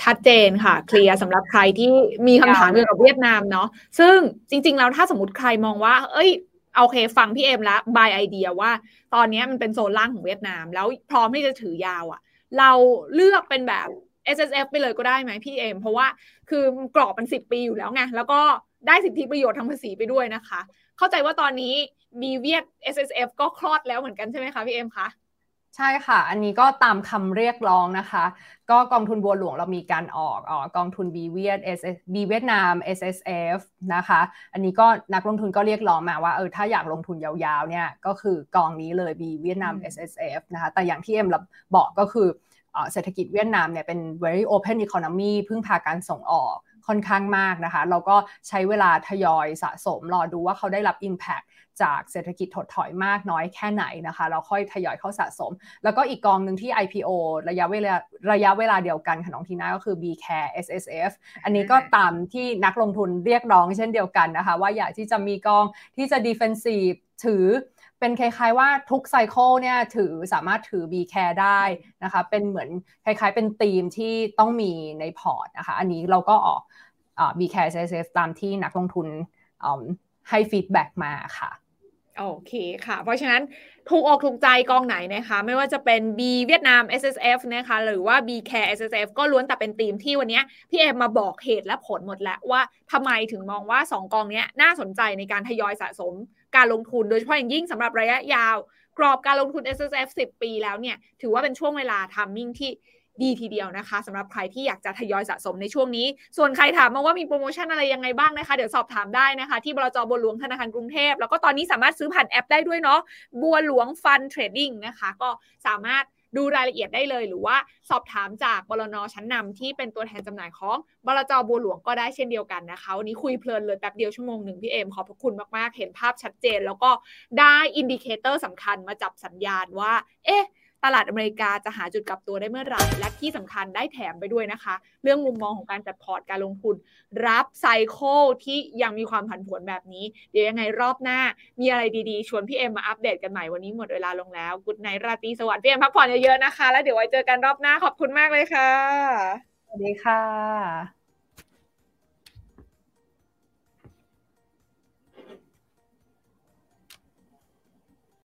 ชัดเจนค่ะเคลียร์สำหรับใครที่มีคำถามเกี่ยวกับเวียดนามเนาะซึ่งจริงๆแล้วถ้าสมมติใครมองว่าเอ้ยโอเคฟังพี่เอ็มแล้วบายไอเดียว่าตอนนี้มันเป็นโซนล่างของเวียดนามแล้วพร้อมที่จะถือยาวอ่ะเราเลือกเป็นแบบ เอส เอส เอฟ ไปเลยก็ได้ไหมพี่เอ็มเพราะว่าคือกรอบมันสิบปีอยู่แล้วไงแล้วก็ได้สิทธิประโยชน์ทางภาษีไปด้วยนะคะเข้าใจว่าตอนนี้มีเวียด เอส เอส เอฟ ก็คลอดแล้วเหมือนกันใช่ไหมคะพี่เอ็มคะใช่ค่ะอันนี้ก็ตามคำเรียกร้องนะคะก็กองทุนบัวหลวงเรามีการออกออกกองทุน B เวียด B เวียดนาม เอส เอส เอฟ นะคะอันนี้ก็นักลงทุนก็เรียกร้องมาว่าเออถ้าอยากลงทุนยาวๆเนี่ยก็คือกองนี้เลย B เวียดนาม เอส เอส เอฟ นะคะแต่อย่างที่เอ็มบอกก็คือเศรษฐกิจเวียดนามเนี่ยเป็น very open economy พึ่งพาการส่งออกค่อนข้างมากนะคะเราก็ใช้เวลาทยอยสะสมรอดูว่าเขาได้รับ impact จากเศรษฐกิจถดถอยมากน้อยแค่ไหนนะคะเราค่อยทยอยเข้าสะสมแล้วก็อีกกองหนึ่งที่ ไอ พี โอ ระยะเวลาระยะเวลาเดียวกันค่ะน้องทีน่าก็คือ B Care เอส เอส เอฟ อันนี้ก็ตามที่นักลงทุนเรียกร้องเช่นเดียวกันนะคะว่าอยากที่จะมีกองที่จะ defensive ถือเป็นคล้ายๆว่าทุกไซเคิลเนี่ยถือสามารถถือ B Care ได้นะคะเป็นเหมือนคล้ายๆเป็นธีมที่ต้องมีในพอร์ตนะคะอันนี้เราก็ออกอ่า B Care เอส เอส เอฟ ตามที่นักลงทุนให้ฟีดแบ็กมาค่ะโอเคค่ะเพราะฉะนั้นถูกอกถูกใจกองไหนนะคะไม่ว่าจะเป็น B เวียดนาม เอส เอส เอฟ นะคะหรือว่า B Care เอส เอส เอฟ ก็ล้วนแต่เป็นธีมที่วันนี้พี่เอมมาบอกเหตุและผลหมดแล้วว่าทำไมถึงมองว่าสองกองนี้น่าสนใจในการทยอยสะสมการลงทุนโดยเฉพาะอย่างยิ่งสำหรับระยะยาวกรอบการลงทุน เอส เอส เอฟ สิบปีแล้วเนี่ยถือว่าเป็นช่วงเวลาทัมมิ่งที่ดีทีเดียวนะคะสำหรับใครที่อยากจะทยอยสะสมในช่วงนี้ส่วนใครถามมาว่ามีโปรโมชั่นอะไรยังไงบ้างนะคะเดี๋ยวสอบถามได้นะคะที่บลจ.บัวหลวงธนาคารกรุงเทพแล้วก็ตอนนี้สามารถซื้อผ่านแอปได้ด้วยเนาะบัวหลวงฟันเทรดดิ้งนะคะก็สามารถดูรายละเอียดได้เลยหรือว่าสอบถามจากบลน.ชั้นนำที่เป็นตัวแทนจำหน่ายของบลจ.บัวหลวงก็ได้เช่นเดียวกันนะคะวันนี้คุยเพลินเลยแป๊บเดียวชั่วโมงหนึ่งพี่เอมขอบพระคุณมากๆเห็นภาพชัดเจนแล้วก็ได้อินดิเคเตอร์สำคัญมาจับสัญญาณว่าเอ๊ะตลาดอเมริกาจะหาจุดกลับตัวได้เมื่อไหร่และที่สำคัญได้แถมไปด้วยนะคะเรื่องมุมมองของการจัดพอร์ตการลงทุนรับไซเคิลที่ยังมีความผันผวนแบบนี้เดี๋ยวยังไงรอบหน้ามีอะไรดีๆชวนพี่เอ็มมาอัปเดตกันใหม่วันนี้หมดเวลาลงแล้วกุ๊ดไนท์ราตรีสวัสดิ์พี่เอ็มพักผ่อนเยอะๆนะคะแล้วเดี๋ยวไว้เจอกันรอบหน้าขอบคุณมากเลยค่ะสวัสดีค่ะ